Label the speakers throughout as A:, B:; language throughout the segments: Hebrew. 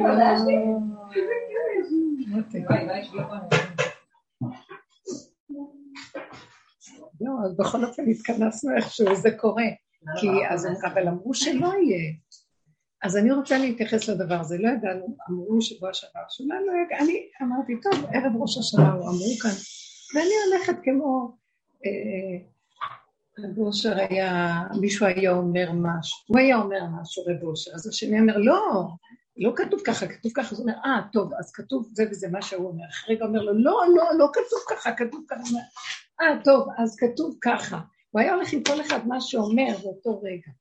A: לא, אז בכל אופן התכנסנו איכשהו, זה קורה. אבל אמרו שלא יהיה. אז אני רוצה להתייחס לדבר הזה, לא ידענו, אמרו שבוע שעבר, שאולי לא ידע, אני אמרתי, טוב, ערב ראש השנה, אמרו כאן, ואני הולכת כמו, רב אושר היה, מישהו היה אומר משהו, הוא היה אומר משהו רב אושר, אז השני אומר, לא כתוב ככה, כתוב ככה, אז הוא אומר, טוב, אז כתוב זה וזה מה שהוא אומר, אחרי רגע אומר לו, לא כתוב ככה, כתוב ככה, הוא אומר, טוב, אז כתוב ככה, הוא היה הולך עם כל אחד מה שאומר באותו רגע,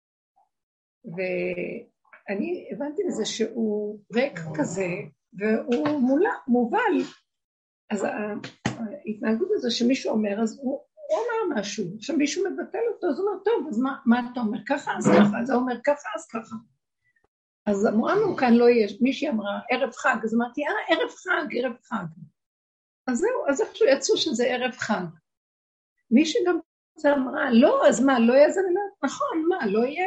A: ואני הבנתי לזה שהוא ריק כזה, והוא מובל, אז ההתנהגות הזו שמישהו אומר, אז הוא אומר משהו, שמישהו מבטל אותו, אז הוא אומר, טוב, אז מה אתה אומר? ככה, אז ככה, אז הוא אומר, ככה, אז ככה. אז אמרנו כאן לא יש, מישהי אמרה, ערב חג, אז אמרתי, ערב חג. אז זהו, אז איכשהו יצאו שזה ערב חג. מישהי גם אמרה, לא, אז מה, לא יהיה זה, נכון, מה, לא יהיה?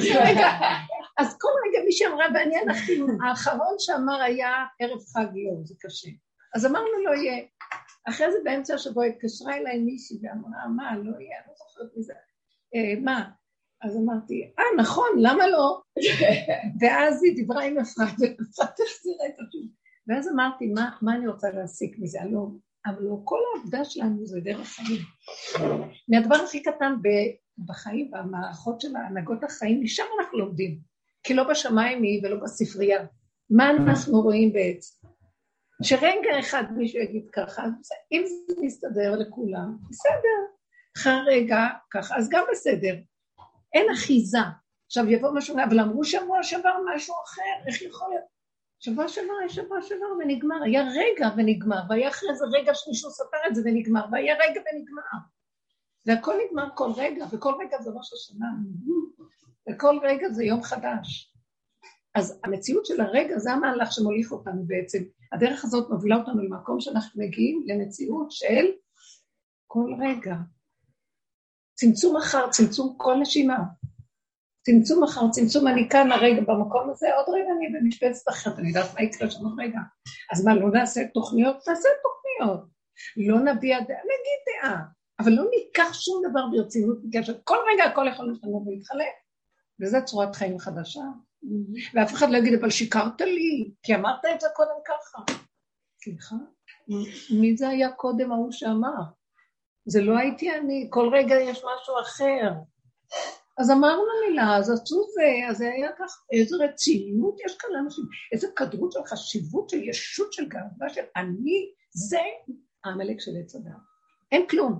A: אז כל רגע מישהי אמרה, בעניין האחרון שאמר היה ערב חג, לא, זה קשה. אז אמרנו, לא יהיה. אחרי זה באמצע השבוע התקשרה אליי מישהי ואמרה, מה, לא יהיה, אני לא זוכרת מזה. מה? אז אמרתי, נכון, למה לא? ואז היא דיברה עם אפרת, ואפרת החזירה את התשובה. ואז אמרתי, מה אני רוצה להסיק מזה? אבל לא, כל העבודה שלנו זה דרך חיים. מהדבר הכי קטן בחיים, במערכות של ההנהגות החיים, משם אנחנו לומדים. כי לא בשמיים היא ולא בספרייה. מה אנחנו רואים בעצם? שרגע אחד מישהו יגיד ככה, אם זה מסתדר לכולם, בסדר. אחרי רגע ככה, אז גם בסדר. אין אחיזה. עכשיו יבוא משהו, אבל אמרו שבוע שעבר משהו אחר, איך יכול להיות? שבוע שעבר ונגמר, היה רגע ונגמר, והיה אחרי זה רגע שמישהו ספר את זה ונגמר, והיה רגע ונגמר. והכל נגמר כל רגע, וכל רגע זה ראש השנה. וכל רגע זה יום חדש. אז המציאות של הרגע זה המהלך שמוליך אותנו בעצם. הדרך הזאת מובילה אותנו למקום שאנחנו מגיעים למציאות של כל רגע. צמצום אחר, צמצום כל נשימה. צמצום אחר, צמצום, אני כאן הרגע במקום הזה, עוד רגע אני במשפצת אחרת, אני יודעת מה יקרה שם עוד רגע. אז מה, לא נעשה תוכניות? נעשה תוכניות. לא נביע דעה, נגיד דעה. אבל לא ניקח שום דבר ברצינות, כל רגע הכל יכול לשנות ולהתחלק. וזו צורת חיים חדשה. ואף אחד לא יגיד, אבל שיקרת לי, כי אמרת את זה קודם ככה. סליחה? מי זה היה קודם ההוא שאמר? זה לא הייתי אני, כל רגע יש משהו אחר. אז אמרנו מילה, אז עשו זה, אז זה היה כך, איזו רצינות יש כאן לאנשים, איזו כדרות של חשיבות, של ישות של גאווה, של אני, זה העמלק של עץ אדם. אין כלום.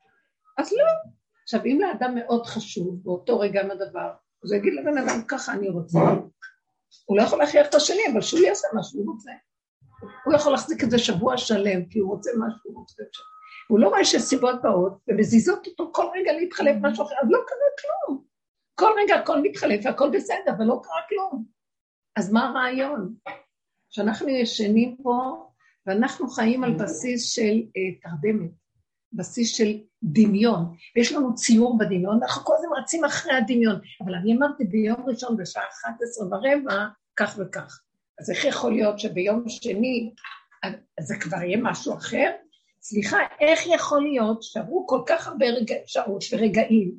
A: אז לא. עכשיו, אם לאדם מאוד חשוב, באותו רגע מהדבר, אז הוא יגיד לבן אדם, ככה אני רוצה. הוא לא יכול להכריח את השני, אבל שהוא יעשה מה שהוא רוצה. הוא יכול להחזיק את זה שבוע שלם, כי הוא רוצה מה שהוא רוצה. הוא לא רואה שסיבות באות, ומזיזות אותו כל רגע להתחלף משהו אחר, אז לא קרה כלום. כל רגע הכל מתחלף, והכל בסדר, אבל לא קרה כלום. אז מה הרעיון? שאנחנו ישנים פה, ואנחנו חיים על בסיס של תרדמת, בסיס של דמיון, ויש לנו ציור בדמיון, אנחנו כל הזמן רצים אחרי הדמיון, אבל אני אמרתי ביום ראשון בשעה 11:15, כך וכך. אז איך יכול להיות שביום שני, זה כבר יהיה משהו אחר? סליחה, איך יכול להיות שעברו כל כך הרבה שעות ורגעים,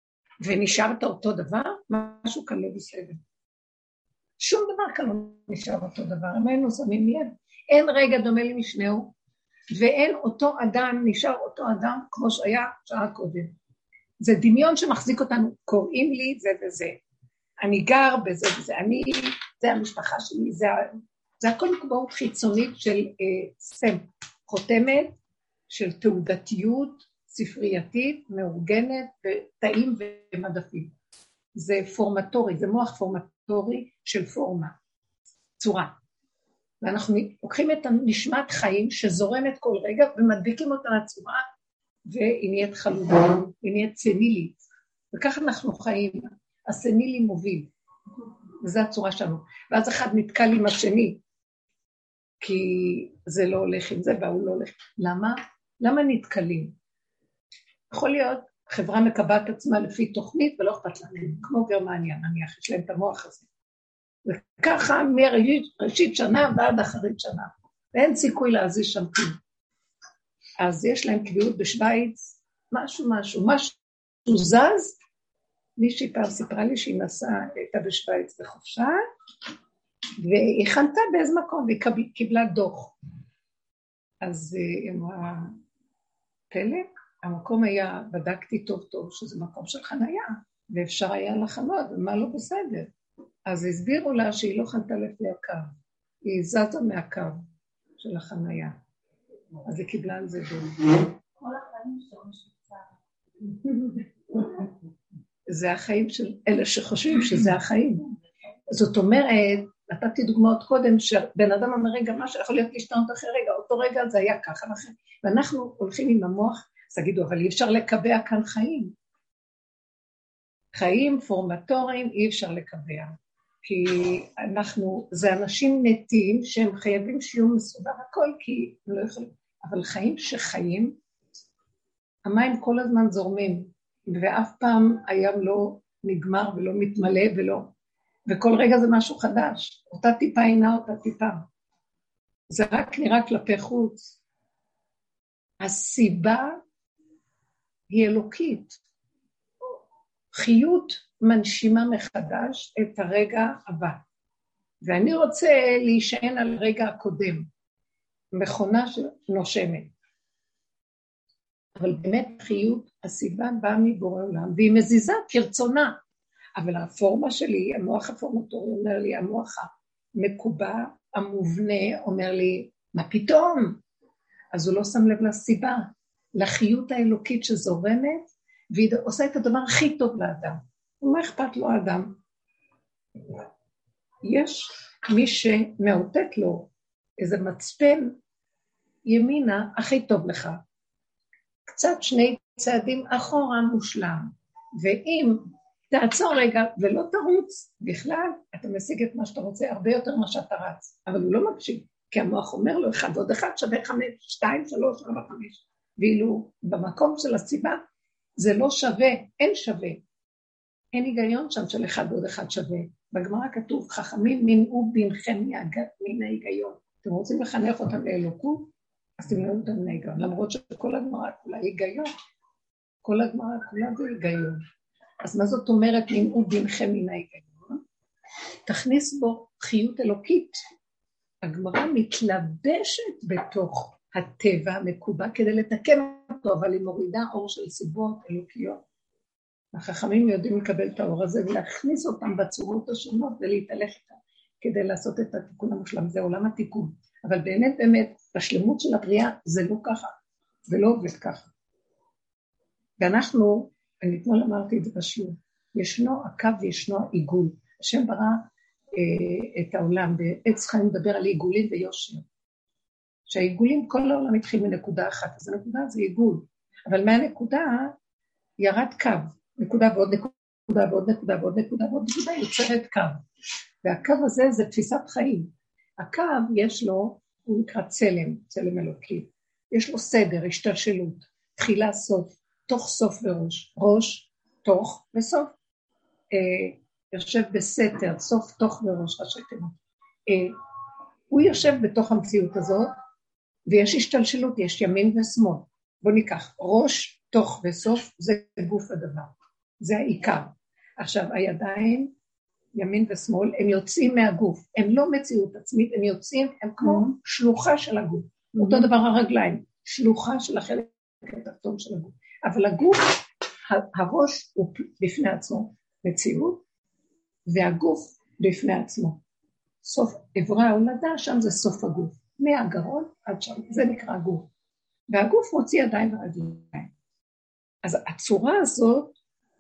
A: ונשארת אותו דבר? משהו כאן לא בסדר. שום דבר כאן לא נשאר אותו דבר, הם היינו שמים לב. אין רגע דומה לי משנהו, ואין אותו אדם, נשאר אותו אדם כמו שהיה שעה קודם. זה דמיון שמחזיק אותנו, קוראים לי זה וזה. אני גר בזה וזה, זה המשפחה שלי, זה הכל קבעות חיצונית של סם, חותמת, של תעודתיות ספרייתית, מאורגנת, בתאים ומדפים. זה פורמטורי, זה מוח פורמטורי של פורמה, צורה. ואנחנו לוקחים את נשמת חיים שזורמת כל רגע, ומדביקים אותה לצורה, והיא נהיית חלודה, היא נהיית סנילית. וכך אנחנו חיים, הסנילי מוביל, וזו הצורה שלנו. ואז אחד נתקל עם השני, כי זה לא הולך עם זה, והוא לא הולך. למה? למה נתקלים? יכול להיות, חברה מקבעת עצמה לפי תוכנית, ולא אכפת להם, כמו גרמניה, נניח, יש להם את המוח הזה. וככה מראשית שנה ועד אחרית שנה, ואין סיכוי להזיז שם כלום. אז יש להם קביעות בשוויץ, משהו זז. מישהי פעם סיפרה לי שהיא נסעה, הייתה בשוויץ בחופשה, והיא חנתה באיזה מקום, והיא קיבלה דוח. אז היא אמרה, פלא, המקום היה, בדקתי טוב שזה מקום של חנייה, ואפשר היה לחנות, ומה לא בסדר. אז הסבירו לה שהיא לא חנתה לפי הקו, היא זזה מהקו של החנייה. אז היא קיבלה על זה דוח.
B: כל החיים שלו משוצר.
A: זה החיים של אלה שחושבים שזה החיים. זאת אומרת, נתתי דוגמאות קודם, שבן אדם אומר רגע, מה שיכול להיות להשתנות אחרי רגע, אותו רגע זה היה ככה לכם, ואנחנו הולכים עם המוח, אז תגידו, אבל אי אפשר לקבע כאן חיים. חיים פורמטוריים אי אפשר לקבע, כי זה אנשים נתיים שהם חייבים שיהיו מסודר הכל, כי לא יכולים, אבל חיים שחיים, המים כל הזמן זורמים, ואף פעם הים לא נגמר ולא מתמלא וכל רגע זה משהו חדש, אותה טיפה אינה אותה טיפה. זה רק נראה כלפי חוץ. הסיבה היא אלוקית. חיות מנשימה מחדש את הרגע הבא. ואני רוצה להישען על הרגע הקודם. מכונה שנושמת. אבל באמת חיות, הסיבה באה מבורא עולם, והיא מזיזה כרצונה. אבל הפורמה שלי, המוח הפורמטורי אומר לי, המוח המקובע, המובנה, אומר לי, מה פתאום? אז הוא לא שם לב לסיבה, לחיות האלוקית שזורמת, והיא עושה את הדבר הכי טוב לאדם. ומה אכפת לו האדם? יש מי שמאותת לו איזה מצפן ימינה הכי טוב לך. קצת שני צעדים אחורה מושלם, ואם תעצור רגע ולא תרוץ בכלל, אתה משיג את מה שאתה רוצה הרבה יותר מה שאתה רץ, אבל הוא לא מקשיב, כי המוח אומר לו 1 ועוד 1 שווה 5, 2, 3, 4, 5, ואילו במקום של הסיבה זה לא שווה, אין שווה, אין היגיון שם של 1 ועוד 1 שווה. בגמרא כתוב, חכמים מנעו בינכם מן ההיגיון. אתם רוצים לחנך אותם לאלוקות? אז תמנעו אותם מן ההיגיון, למרות שכל הגמרא כולה היגיון, כל הגמרא כולה זה היגיון. אז מה זאת אומרת מנעו בינכם מן ההיגיון? תכניס בו חיות אלוקית. הגמרא מתלבשת בתוך הטבע המקובע כדי לתקן אותו, אבל היא מורידה אור של סיבות אלוקיות. החכמים יודעים לקבל את האור הזה ולהכניס אותם בצורות השונות ולהתהלך איתם כדי לעשות את התיקון המושלם. זה עולם התיקון. אבל באמת, בשלמות של הבריאה זה לא ככה. זה לא עובד ככה. ואנחנו, אני אתמול אמרתי את זה בשיעור, ישנו הקו וישנו העיגול. השם ברא את העולם, בעץ חיים מדבר על עיגולים ויושר. שהעיגולים, כל העולם התחיל מנקודה אחת, אז הנקודה זה עיגול. אבל מהנקודה ירד קו, נקודה ועוד נקודה ועוד נקודה ועוד נקודה ועוד נקודה, יוצרת קו. והקו הזה זה תפיסת חיים. הקו יש לו, הוא נקרא צלם, צלם אלוקי. יש לו סדר, השתלשלות, תחילה סוף, תוך סוף וראש, ראש, תוך וסוף. יושב בסתר, סוף, תוך וראש, ראשי תיבות. הוא יושב בתוך המציאות הזאת, ויש השתלשלות, יש ימין ושמאל. בוא ניקח, ראש, תוך וסוף, זה גוף הדבר. זה העיקר. עכשיו, הידיים, ימין ושמאל, הם יוצאים מהגוף. הם לא מציאות עצמית, הם יוצאים, הם כמו שלוחה של הגוף. אותו דבר הרגליים, שלוחה של החלק התחתון של הגוף. אבל הגוף, הראש הוא בפני עצמו מציאות, והגוף בפני עצמו. סוף עברי ההולדה, שם זה סוף הגוף. מהגרון עד שם, זה נקרא גוף. והגוף מוציא ידיים ורגליים. אז הצורה הזאת,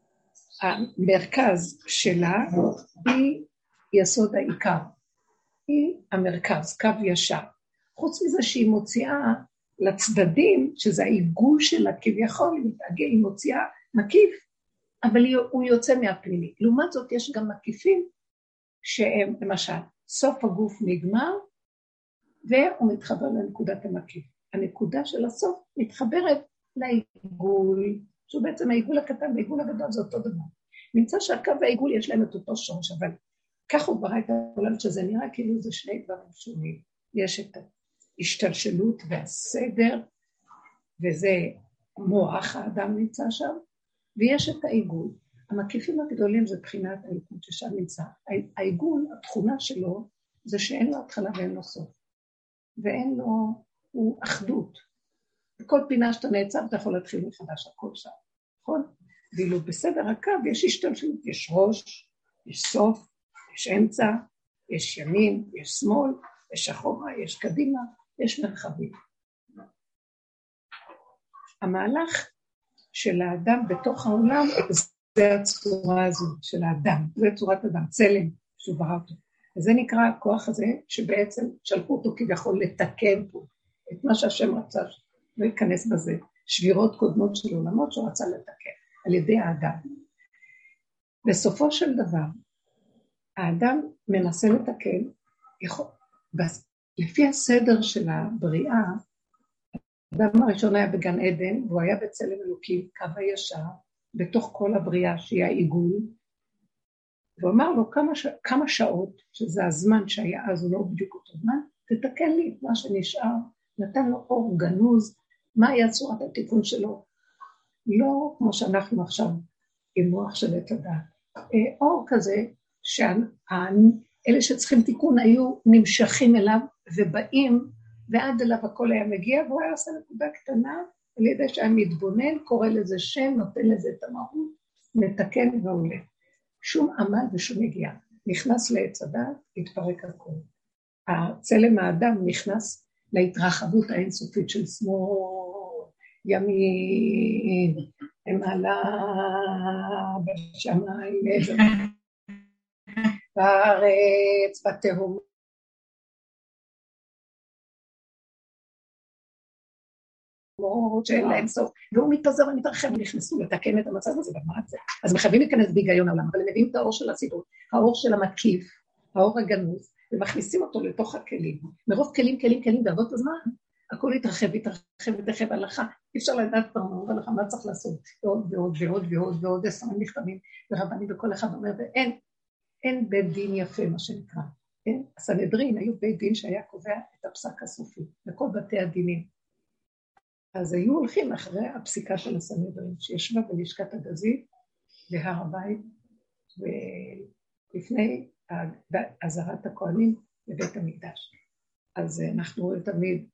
A: המרכז שלה, היא יסוד העיקר. היא המרכז, קו ישר. חוץ מזה שהיא מוציאה לצדדים, שזה העיגול שלה כביכול, היא מתעגל, היא מוציאה מקיף, אבל הוא יוצא מהפנימי. לעומת זאת יש גם מקיפים, שהם למשל, סוף הגוף נגמר, והוא מתחבר לנקודת המקיף. הנקודה של הסוף מתחברת לעיגול, שהוא בעצם העיגול הקטן והעיגול הגדול זה אותו דבר. נמצא שהקו והעיגול יש להם את אותו שורש, אבל כך הוא ברא את העולם, שזה נראה כאילו זה שני דברים שונים. יש את ההשתלשלות והסדר, וזה מוח האדם נמצא שם, ויש את העיגול. המקיפים הגדולים זה בחינת העיגול ששם נמצא. העיגול, התכונה שלו, זה שאין לו התחלה ואין לו סוף. ואין לו, הוא אחדות. בכל פינה שאתה נעצר, אתה יכול להתחיל מחדש, הכל שם. נכון? ואילו בסדר הקו יש השתלשלות, יש ראש, יש סוף, יש אמצע, יש ימין, יש שמאל, יש אחורה, יש קדימה, יש מרחבים. המהלך של האדם בתוך העולם, זה הצורה הזו של האדם, זה צורת אדם, צלם שהוא ברא אותו. וזה נקרא הכוח הזה, שבעצם שלחו אותו כביכול לתקן פה, את מה שהשם רצה, לא ייכנס בזה, שבירות קודמות של עולמות שהוא רצה לתקן, על ידי האדם. בסופו של דבר, האדם מנסה לתקן, לפי הסדר של הבריאה, האדם הראשון היה בגן עדן, והוא היה בצלם אלוקים, קו הישר, בתוך כל הבריאה שהיא העיגול, והוא אמר לו כמה שעות, שזה הזמן שהיה אז, הוא לא בדיוק אותו זמן, תתקן לי את מה שנשאר, נתן לו אור גנוז, מה היה צורת התיקון שלו? לא כמו שאנחנו עכשיו עם מוח של עת הדעת, אור כזה, שאלה שצריכים תיקון היו נמשכים אליו ובאים, ועד אליו הכל היה מגיע, והוא היה עושה נקודה קטנה, על ידי שהיה מתבונן, קורא לזה שם, נותן לזה את המהות, מתקן ועולה. שום עמל ושום הגיע. נכנס לעץ הדעת, התפרק הכל. הצלם האדם נכנס להתרחבות האינסופית של שמאל, ימין, מעלה, בשמיים, בארץ, בתהום. שאין להם סוף, והוא מתפזר ומתרחב, ונכנסו לתקן את המצב הזה, ומה זה? אז מחייבים להיכנס בהיגיון העולם, אבל הם מביאים את האור של הסידור, האור של המקיף, האור הגנוז, ומכניסים אותו לתוך הכלים. מרוב כלים, ועבוד הזמן, הכל יתרחב הלכה, אי אפשר לדעת פעם, הלכה, מה צריך לעשות? ועוד 10 מכתבים, ורבנים וכל אחד אומר, ואין בית דין יפה, מה שנקרא. הסנהדרין היו בית דין שהיה קובע את הפסק הסופי, לכל בתי הדינים. אז היו הולכים אחרי הפסיקה של הסנהדרין, שישבה בלשכת הגזית, בהר הבית, ולפני עזרת הכהנים בבית המקדש. אז אנחנו רואים תמיד,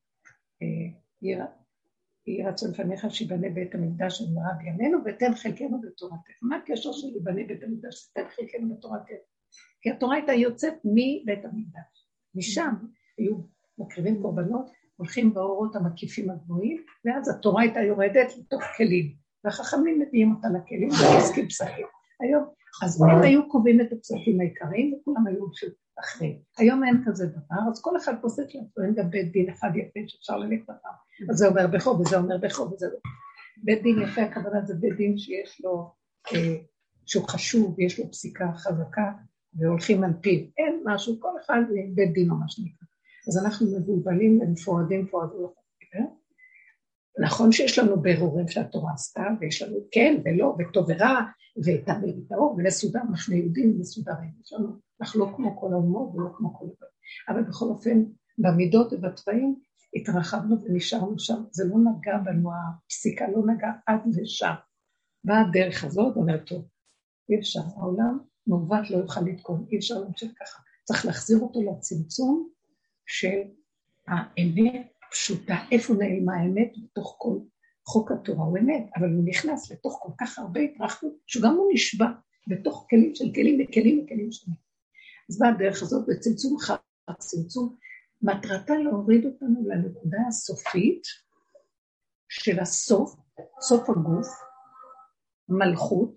A: יהי רצון לפניך שיבנה בית המקדש במהרה בימינו, ותן חלקנו בתורתך. מה הקשר של יבנה בית המקדש? תן חלקנו בתורתך. כי התורה הייתה יוצאת מבית המקדש. משם היו מקריבים קורבנות, הולכים באורות המקיפים הגבוהים, ואז התורה הייתה יורדת לתוך כלים, והחכמים מביאים אותה לכלים, ועסקים פסקים. היום, אז הם היו קובעים את הפסקים העיקריים, וכולם היו אחרים. היום אין כזה דבר, אז כל אחד פוסק לעצמו, אין גם בית דין אחד יפה שאפשר ללכת אחר. אז זה אומר בחוב, וזה אומר בחוב, וזה לא. בית דין יפה, הכוונה זה בית דין שיש לו, שהוא חשוב, ויש לו פסיקה חזקה, והולכים על פיו. אין משהו, כל אחד בית דין או מה שנקרא. אז אנחנו מבולבלים ומפורדים. נכון שיש לנו ברורים שהתורה עשתה, ויש לנו כן ולא, וטוב ורע, וטמא וטהור, ולסודר, אנחנו יהודים מסודרים. יש לנו, אנחנו לא כמו כל האומות ולא כמו כל דבר. אבל בכל אופן, במידות ובצבעים, התרחבנו ונשארנו שם. זה לא נגע בנו, הפסיקה לא נגע עד לשם. והדרך הזאת אומרת טוב, אי אפשר, העולם מעוות לא יוכל לתקון, אי אפשר להמשיך ככה. צריך להחזיר אותו לצמצום, של האמת פשוטה, איפה נעלמה האמת בתוך כל חוק התורה, הוא אמת, אבל הוא נכנס לתוך כל כך הרבה התרחבות, שגם הוא נשבע בתוך כלים של כלים וכלים שונים. אז בדרך הזאת, בצמצום חד, צמצום, מטרתה להוריד אותנו לנקודה הסופית של הסוף, סוף הגוף, מלכות,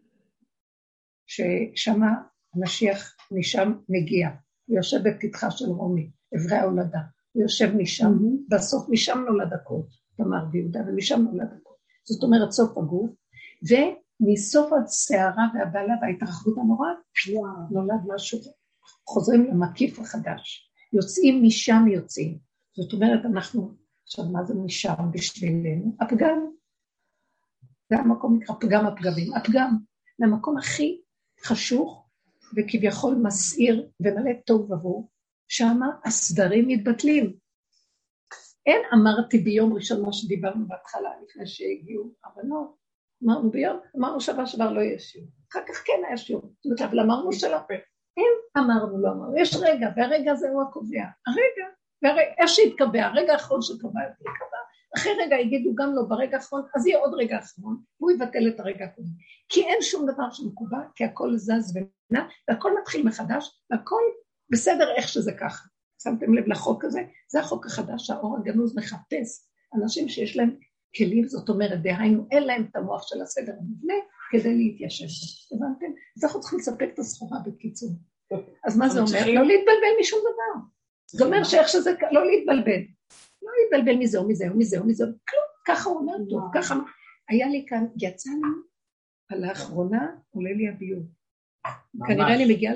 A: ששם המשיח משם מגיע, הוא יושב בפתחה של רומי, עברי ההולדה, הוא יושב משם, בסוף משם נולד הכל, תמר ויהודה, ומשם נולד הכל. זאת אומרת סוף הגוף, ומסוף השערה והבעלה וההתרחבות הנורא, נולד משהו, חוזרים למקיף החדש, יוצאים משם יוצאים. זאת אומרת, אנחנו, עכשיו מה זה משם בשבילנו? הפגם, זה המקום נקרא פגם הפגמים, הפגם, מהמקום הכי חשוך, וכביכול מסעיר ומלא טוב ובוא, שמה הסדרים מתבטלים. אין אמרתי ביום ראשון מה שדיברנו בהתחלה, לפני שהגיעו הבנות, אמרנו שעבר לא יהיה שיעור, אחר כך כן היה שיעור, אבל אמרנו שלא, אין אמרנו לא אמרנו, יש רגע, והרגע הזה הוא הקובע, הרגע, איך שהתקבע, הרגע האחרון שקבע, אחרי רגע יגידו גם לא ברגע האחרון, אז יהיה עוד רגע האחרון, והוא יבטל את הרגע הקודם, כי אין שום דבר שמקובע, כי הכל זז ונע, והכל מתחיל מחדש, והכל בסדר איך שזה ככה. שמתם לב לחוק הזה? זה החוק החדש שהאור הגנוז מחפש אנשים שיש להם כלים, זאת אומרת, דהיינו, אין להם את המוח של הסדר המבנה כדי להתיישב. הבנתם? אז אנחנו צריכים לספק את הסחורה בקיצור. אז מה זה אומר? לא להתבלבל משום דבר. זה אומר שאיך שזה, לא להתבלבל. לא להתבלבל מזה ומזה, כלום, ככה הוא אומר טוב, ככה. היה לי כאן, יצאנו על האחרונה, עולה לי הביוב. כנראה אני מגיעה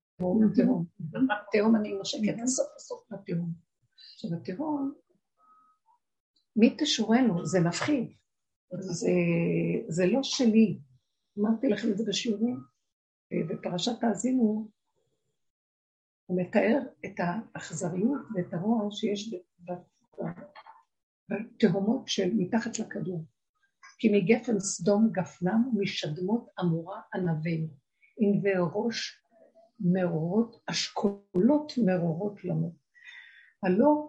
A: תהום אני נושקת הסוף לתהום. עכשיו התהום, מי תשורנו? זה מפחיד. זה לא שלי. אמרתי לכם את זה בשיעורים. בפרשת האזינו, הוא מתאר את האכזריות ואת הרוע שיש בתהומות של מתחת לכדור. כי מגפן סדום גפנם ומשדמות אמורה ענבים. ענבי ראש מרורות, אשכולות מרורות למות. הלא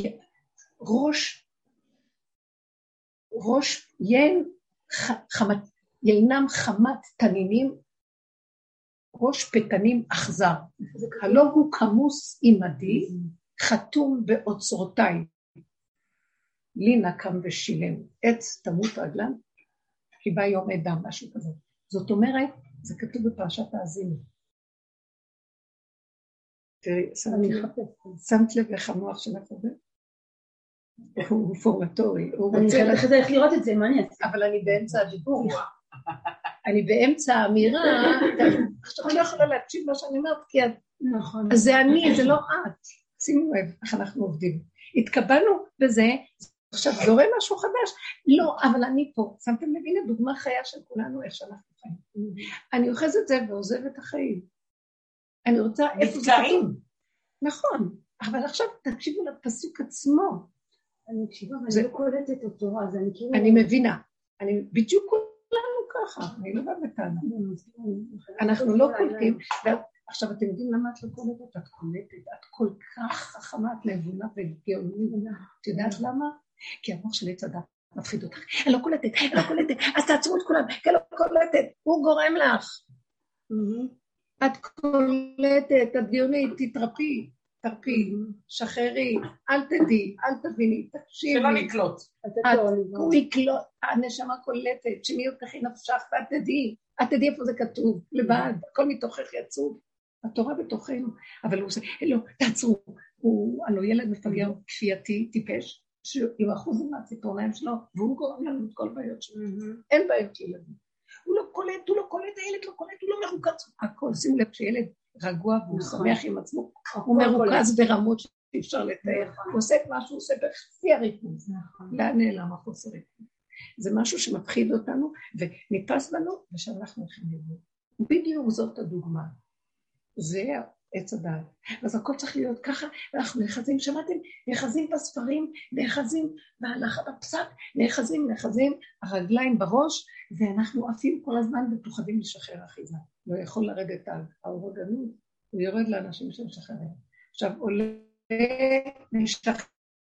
A: ראש ינם חמת תנינים, ראש פתנים אכזר. הלא הוא כמוס עמדי, חתום באוצרותיי. לי נקם ושילם, עץ תמות רגלן, כי בא יום אדם, משהו כזה. זאת אומרת, זה כתוב בפרשת האזינו. תראי, שמת לב איך המוח שלך עובד? הוא פורמטורי, הוא רוצה...
C: אני חייבת איך לראות את זה, מה אני אעשה?
A: אבל אני באמצע הדיבור. אני באמצע האמירה, עכשיו אני לא יכולה להקשיב מה שאני אומרת, כי
C: נכון.
A: אז זה אני, זה לא את. שימו לב איך אנחנו עובדים. התקבלנו בזה, עכשיו זורם משהו חדש. לא, אבל אני פה. שמתם לב, הנה דוגמה חיה של כולנו, איך שאנחנו חיים. אני אוחז את זה ועוזב את החיים. אני רוצה איפה זה כתוב. נכון, אבל עכשיו תקשיבו לפסוק עצמו.
C: אני מקשיבה, אבל אני לא קולטת אותו, אז אני כאילו...
A: אני מבינה. אני בדיוק כולנו ככה, אני לא באה בטענה. אנחנו לא קולטים. עכשיו אתם יודעים למה את לא קולטת? את קולטת, את כל כך חכמה, את נבונה וגאונית. את יודעת למה? כי המוח של עץ הדת מפחיד אותך. אני לא קולטת, אז תעצרו את כולם, כי לא קולטת, הוא גורם לך. את קולטת, את גאונית, תתרפי, תרפי, שחררי, אל תדעי, אל תביני, תקשיבי.
D: שלא נקלוט.
A: נקלוט, הנשמה קולטת, שמיות תכי נפשך, ואת תדעי איפה זה כתוב, לבד, הכל מתוכך יצוב, התורה בתוכנו, אבל הוא עושה, לא, תעצרו, הלוא ילד מפגר כפייתי, טיפש, עם אחוז מהציפורניים שלו, והוא גורם לנו את כל בעיות שלו, אין בעיות ילדים. הוא לא קולט, הילד לא קולט, הוא לא מרוכז, הכל, שימו לב שילד רגוע והוא שמח עם עצמו, הוא מרוכז ברמות שאי אפשר לתאר, הוא עושה את מה שהוא עושה בחצי הריכוז, לאן נעלם החוסר ריכוז. זה משהו שמפחיד אותנו ונתפס בנו ושאנחנו הולכים לראות. בדיוק זאת הדוגמה, זה עץ הדעת. אז הכל צריך להיות ככה, ואנחנו נאחזים, שמעתם? נאחזים בספרים, נאחזים בהלכה בפסק, נאחזים, הרגליים בראש, ואנחנו עפים כל הזמן ופוחדים לשחרר אחיזה. לא יכול לרדת על האור הגנוז, הוא יורד לאנשים שמשחררים. עכשיו עולה, משחרר,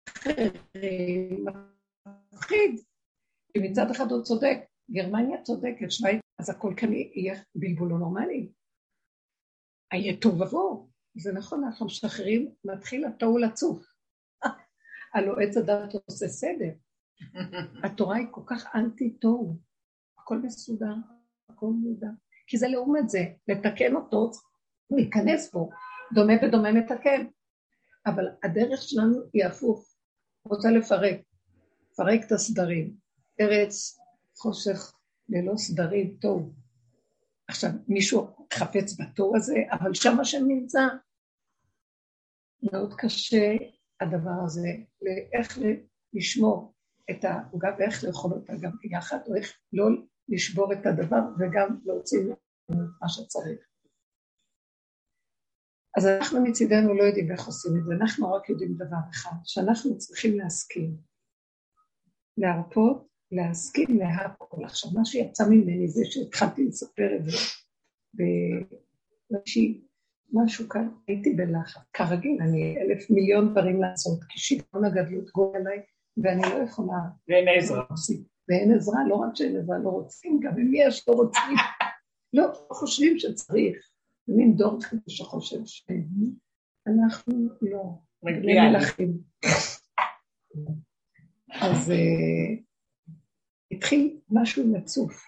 A: מפחיד, כי מצד אחד הוא צודק, גרמניה צודקת, שווייץ, אז הכל כאן יהיה בלבול לא נורמלי. היה טוב ובוא, זה נכון, אנחנו משחררים, מתחיל התוהו לצוף. הלוא עץ הדת עושה סדר. התורה היא כל כך אנטי-תוהו. הכל מסודר, הכל מודע. כי זה לעומת זה, לתקן אותו, להיכנס בו, דומה ודומה מתקן. אבל הדרך שלנו היא הפוך. רוצה לפרק את הסדרים. ארץ חושך ללא סדרים טוב. עכשיו, מישהו חפץ בתור הזה, אבל שם השם נמצא. מאוד קשה הדבר הזה, איך לשמור את העוגה ואיך לאכול אותה גם יחד, או איך לא לשבור את הדבר וגם להוציא מה שצריך. אז אנחנו מצידנו לא יודעים איך עושים את זה, אנחנו רק יודעים דבר אחד, שאנחנו צריכים להסכים, להרפות, להסכים להכל. עכשיו, מה שיצא ממני זה שהתחלתי לספר את זה, משהו כאן, הייתי בלחץ, כרגיל, אני 1,000,000,000 דברים לעשות, כי שיגעון הגדלות גורם אליי, ואני לא יכולה.
D: ואין עזרה.
A: ואין עזרה, לא רק שאין עזרה, לא רוצים, גם אם יש, לא רוצים. לא חושבים שצריך. מין דור כזה שחושב שאנחנו לא. מלכים. אז התחיל משהו מצוף.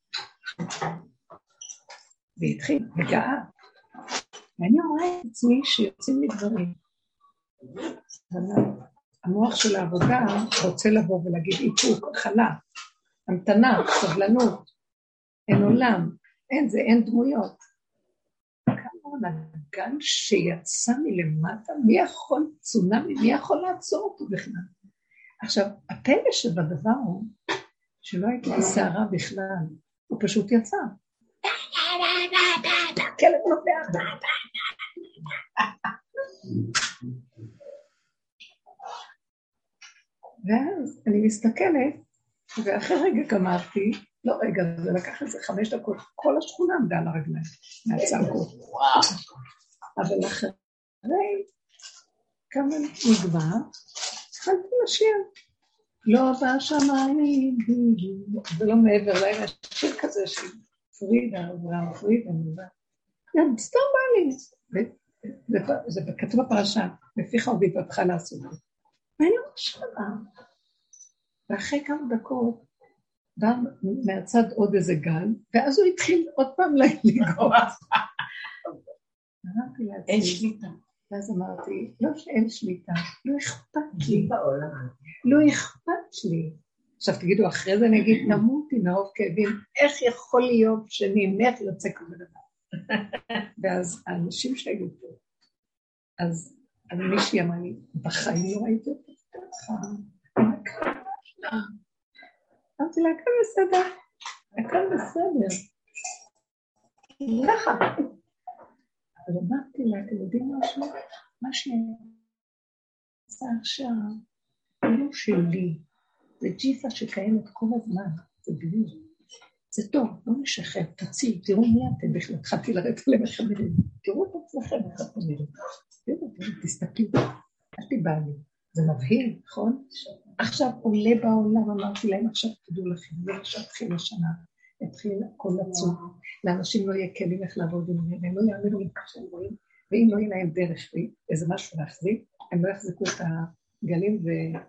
A: והתחיל בגאה. ואני רואה את עצמי שיוצאים לי דברים. המוח של העבודה רוצה לבוא ולהגיד איפוק, הכלה, המתנה, סבלנות, אין עולם, אין זה, אין דמויות. כמה נגן שיצא מלמטה, מי יכול, צונמי, מי יכול לעצור אותו בכלל? עכשיו, הפלא שבדבר הוא שלא הייתה שערה בכלל, הוא פשוט יצא. כלב נובע. ואז אני מסתכלת, ואחרי רגע גמרתי, לא רגע, זה לקח את זה 5 דקות, כל השכונה עמדה על הרגליים, מהצעקות. אבל אחרי כמה נגמר, התחלתי לשיר. לא בשמיים, ולא מעבר להם, יש שיר כזה של פרידה, אברהם פרידה, סתם בא לי. זה כתוב בפרשה, מפיך וביבתך לעשות. ואני לא שמה. ואחרי כמה דקות, בא מהצד עוד איזה גל, ואז הוא התחיל עוד פעם לגעות. אמרתי לעצמי,
D: אין שליטה.
A: ואז אמרתי, לא שאין שליטה, לא אכפת לי. לא אכפת לי. עכשיו תגידו, אחרי זה נגיד, נמותי מרוב כאבים, איך יכול להיות שנמך יוצא כזה דבר? ואז האנשים שהיו פה, אז מישהי אמרה לי, בחיים לא ראיתי אותך ככה, מה קרה לה? אמרתי לה, הכל בסדר, הכל בסדר. ככה. אבל אמרתי לה, אתם יודעים משהו? מה שעשה עכשיו, לא שלי, זה ג'יפה שקיימת כל הזמן, זה גביר. זה טוב, לא נשחרר, תציעו, תראו מי אתם בכלל, התחלתי לרדת למחברים, תראו את עצמכם, תסתכלו, אל תיבא לי, זה מבהיל, נכון? עכשיו עולה בעולם, אמרתי להם, עכשיו תדעו לכם, זה עכשיו התחיל השנה, התחיל הכל לצום, לאנשים לא יהיה כלים איך לעבוד עם זה, והם לא יאמינו לי כך שהם רואים, ואם לא יהיה להם דרך ואיזה משהו להחזיק, הם לא יחזיקו את הגלים,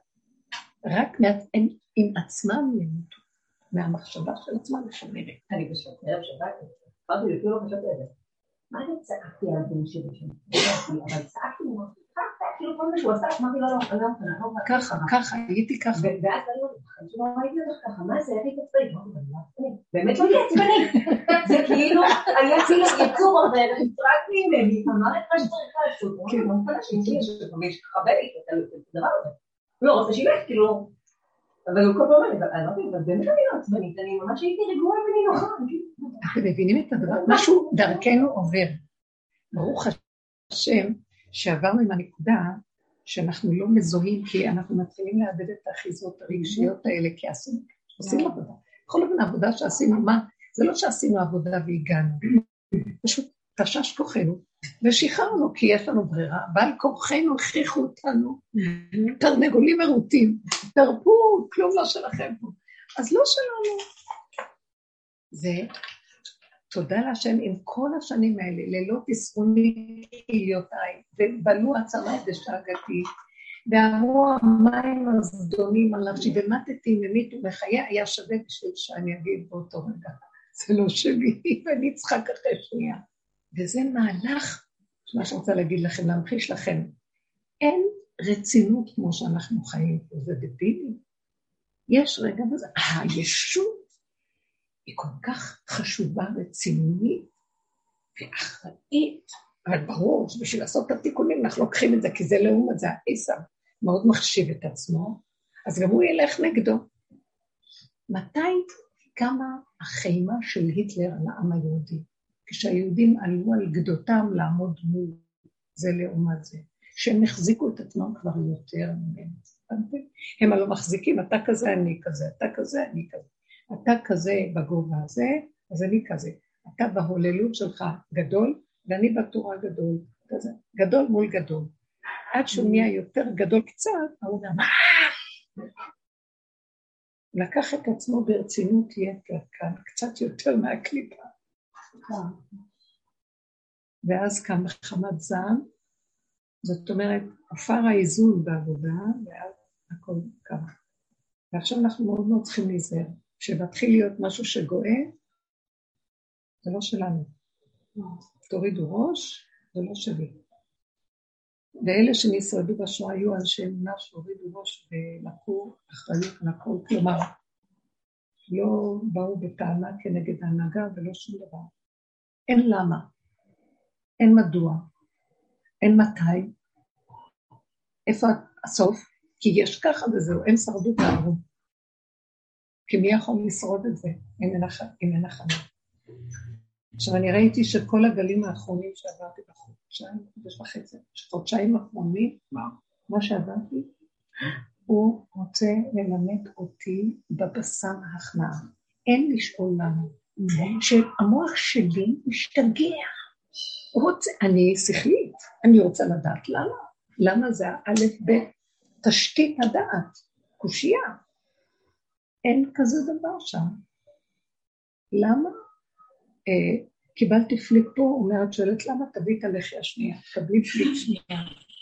A: ורק עם עצמם ימותו, מהמחשבה של עצמם לשמרת.
B: אני בשבת, ערב שבת, אמרתי לי, לא חשבתי על זה. מה אני צעקתי על הבן שלי שם? אבל צעקתי מאוד, כאילו כל מה שהוא עשה, אמרתי לו, אני לא מוכנה.
A: ככה, הייתי ככה.
B: ואז אני לא ראיתי לך ככה, מה זה, הייתי עצבני. באמת לא עצבני. זה כאילו, היה כאילו יצור הרבה, ונצרק ממני, אמר את מה שצריך לעשות. אני לא מוכנה שיש חבל לי את הדבר הזה. לא, רוצה שילך, כאילו, אבל הוא כל פעם, אבל באמת אני לא עצבנית, אני ממש הייתי רגועה ונינוחה.
A: אתם מבינים את הדבר? משהו דרכנו עובר. ברוך השם שעברנו עם הנקודה שאנחנו לא מזוהים, כי אנחנו מתחילים לאבד את האחיזות הרגשיות האלה, כי עשינו עבודה. בכל אופן העבודה שעשינו, מה? זה לא שעשינו עבודה והגענו. פשוט תשש כוחנו, ושחררנו, כי יש לנו ברירה, אבל כוחנו הכריחו אותנו, תרנגולים מרוטים, תרפו, כלום לא שלכם פה. אז לא שלנו. זה תודה להשם עם כל השנים האלה, ללא תסרוני כליותיי, ובלו עצמי בשאגתי, ואמרו המים הזדונים על נפשי, ומתתי ממיתו בחיי, היה שווה בשביל שאני אגיד באותו רגע, זה לא שלי, ואני אצחק אחרי שנייה. וזה מהלך, מה שאני רוצה להגיד לכם, להמחיש לכם, אין רצינות כמו שאנחנו חיים פה, זה דבילי. יש רגע בזה, הישות היא כל כך חשובה רצינית ואחראית, אבל ברור שבשביל לעשות את התיקונים אנחנו לוקחים את זה, כי זה לעומת זה, העיסר מאוד מחשיב את עצמו, אז גם הוא ילך נגדו. מתי קמה החימה של היטלר על העם היהודי? כשהיהודים עלו על גדותם לעמוד מול זה לעומת זה, שהם החזיקו את עצמם כבר יותר ממנו. הם הלא מחזיקים, אתה כזה, אני כזה, אתה כזה, אני כזה. אתה כזה בגובה הזה, אז אני כזה. אתה בהוללות שלך גדול, ואני בתורה גדול. כזה. גדול מול גדול. עד שהוא נהיה יותר גדול קצת, הוא אומר, לקח את עצמו ברצינות יתר כאן, קצת יותר מהקליפה. ואז קם מחמת זעם, זאת אומרת, הופר האיזון בעבודה, ואז הכל קרה. ועכשיו אנחנו מאוד מאוד צריכים להיזהר. כשמתחיל להיות משהו שגואה, זה לא שלנו. תורידו ראש, זה לא שלי. ואלה שנשרדו בשואה היו אנשי אמונה שהורידו ראש ולקחו אחריות על הכל, כלומר, לא באו בטענה כנגד ההנהגה ולא שום דבר. אין למה, אין מדוע, אין מתי, איפה הסוף? כי יש ככה וזהו, אין שרדות הערום. כי מי יכול לשרוד את זה אם אין הכנה? עכשיו אני ראיתי שכל הגלים האחרונים שעברתי חודשיים האחרונים, מה שעברתי, הוא רוצה ללמד אותי בבשם ההכנעה. אין לשאול לנו, שהמוח שלי משתגע. אני שכלית, אני רוצה לדעת למה. למה זה האלף בתשתית הדעת, קושייה. אין כזה דבר שם. למה? קיבלתי פליפ פה, אומרת שואלת למה תביא את הלחי השנייה, קבלי פליפ שנייה.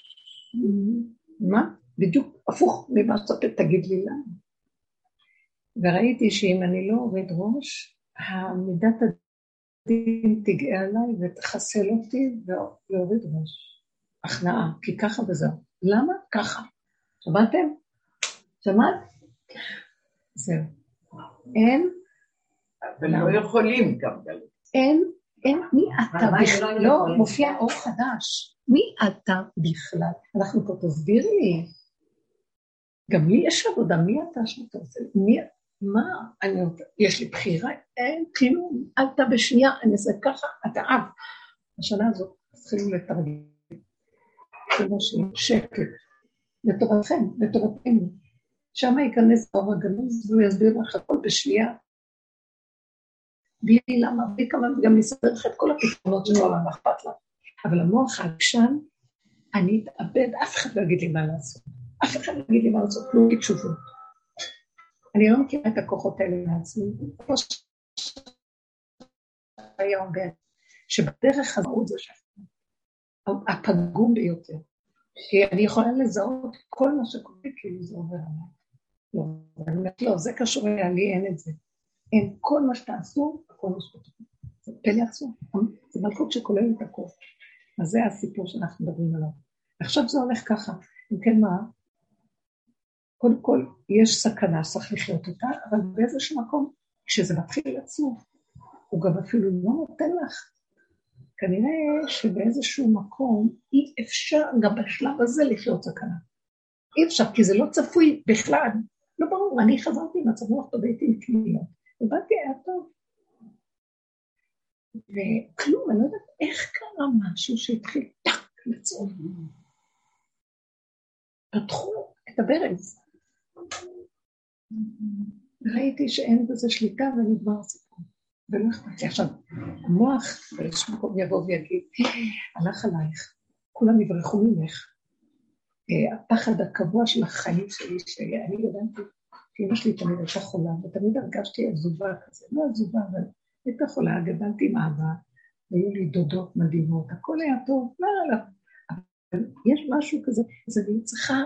A: מה? בדיוק הפוך ממה שאתה תגיד לי למה. וראיתי שאם אני לא עובד ראש, המידת הדין תגעה עליי ותחסל אותי והוריד ראש. הכנעה, כי ככה וזהו. למה? ככה. שמעתם? שמעת? זהו. אין.
D: אבל לא יכולים גם.
A: אין, מי אתה בכלל? לא, מופיע אור חדש. מי אתה בכלל? אנחנו פה תסביר לי. גם לי יש עבודה, מי אתה שאתה עושה? מה? יש לי בחירה? אין כלום. אתה בשנייה, אני אעשה ככה, אתה אב. השנה הזאת צריכים לתרגיל. זה משהו, שקט. לטובתכם, לטובתנו. שם ייכנס באור הגנוז והוא יסביר לך הכל בשנייה. בלי למה, בלי כמה, וגם נסדר לך את כל הפתרונות שלו, לא אכפת לה. אבל המוח העקשן, אני אתאבד, אף אחד לא יגיד לי מה לעשות. אף אחד לא יגיד לי מה לעשות, לא יגיד תשובות. אני לא מכירה את הכוחות האלה מעצמי. היה אומר, שבדרך הזאת זה הפגום ביותר. כי אני יכולה לזהות כל מה שקורה, כאילו זה עובר עליי. לא, אני אומרת, לא, זה קשור היה לי, אין את זה. אין, כל מה שתעשו, הכל מה שתעשו. זה פלא עצום. זה מלכות שכולל את הכל. אז זה הסיפור שאנחנו מדברים עליו. עכשיו זה הולך ככה. אם כן מה? קודם כל, יש סכנה, צריך לחיות אותה, אבל באיזשהו מקום, כשזה מתחיל לצוף, הוא גם אפילו לא נותן לך. כנראה שבאיזשהו מקום, אי אפשר גם בשלב הזה לחיות סכנה. אי אפשר, כי זה לא צפוי בכלל. לא ברור, אני חזרתי עם מצב רוח טוב, הייתי מקניות. ובאתי, היה טוב. וכלום, אני לא יודעת איך קרה משהו שהתחיל טק לצוף. פתחו את הברז. ראיתי שאין בזה שליטה ונגמר הסיפור. ולא אכפת לי. עכשיו, המוח באיזשהו מקום יבוא ויגיד, הלך עלייך, כולם יברחו ממך. הפחד הקבוע של החיים שלי, שאני גדלתי, כי אמא שלי תמיד הייתה חולה, ותמיד הרגשתי עזובה כזה, לא עזובה, אבל הייתה חולה, גדלתי עם אהבה, היו לי דודות מדהימות, הכל היה טוב, לא, אבל יש משהו כזה, אז אני צריכה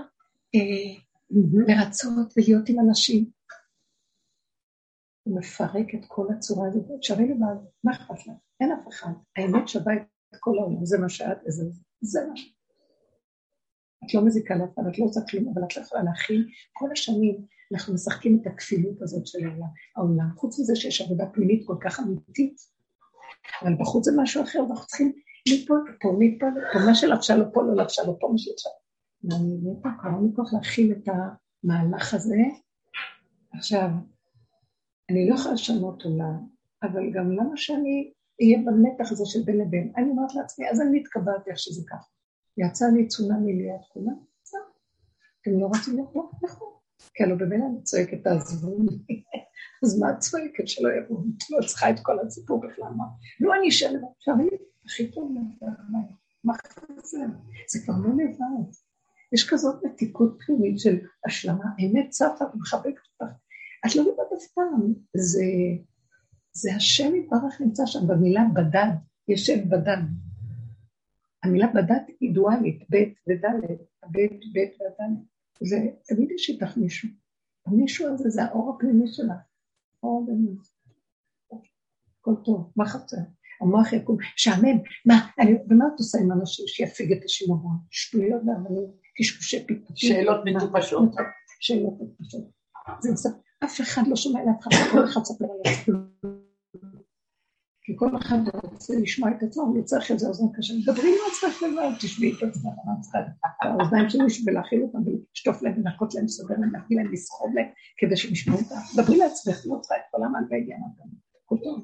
A: לרצות ולהיות עם אנשים. הוא מפרק את כל הצורה הזאת, שווה לבד, מה אכפת לה? אין אף אחד, האמת שווה את כל העולם, זה מה שאת, זה מה שאת. את לא מזיקה לאף, את לא עושה כלום, אבל את לא יכולה להכין. כל השנים אנחנו משחקים את הכפילות הזאת של העולם. חוץ מזה שיש עבודה פנימית כל כך אמיתית, אבל בחוץ זה משהו אחר, ואנחנו צריכים ליפול פה, מה שלבשה לו פה, לא לבשה לו פה, מה שלבשה. ואני נהייתה קרא מכוח להכיל את המהלך הזה. עכשיו, אני לא יכולה לשנות עולם, אבל גם למה שאני אהיה במתח הזה של בין לבין? אני אומרת לעצמי, אז אני מתקבלתי איך שזה ככה. יצא לי צונאמי ליד כולם, אתם לא רוצים לבוא? נכון. כי הלוא במילא אני צועקת, תעזבו לי. אז מה צועקת שלא יבואו? לא צריכה את כל הסיפור בכלל, מה? לא, אני אשאל, אפשר לי, הכי טוב מה חסר? זה כבר לא לבד. יש כזאת מתיקות פנימית של השלמה, האמת צפה ומחבקת אותך. את לא לבד אף פעם, זה השם יתברך נמצא שם, במילה בדד, ישב בדד. המילה בדד היא דואלית, בית ודלת, בית ודלת. זה תמיד יש איתך מישהו. המישהו הזה זה האור הפנימי שלך. אור הפנימי. הכל טוב, מה חצה? המוח יקום, שעמם, ומה את עושה עם אנשים שיפיג את השימורון? שטויות ואמנים, קשקושי פיתות.
D: שאלות מטופשות.
A: שאלות מטופשות. זה מספר, אף אחד לא שומע לאף אחד, כל אחד ספר עליו. כי כל אחד רוצה לשמוע את עצמו, אני צריך את זה אוזן קשה. מדברים לא צריך לבד, תשבי את עצמך, האוזניים שלי ולהכיל אותם, ולשטוף להם ולנקות להם, סוגר להם, להכיל להם, לסחוב להם, כדי שמשמעו אותם. דברי לעצמך, לא צריכה את כל המן והגיעה אותם. כל טוב.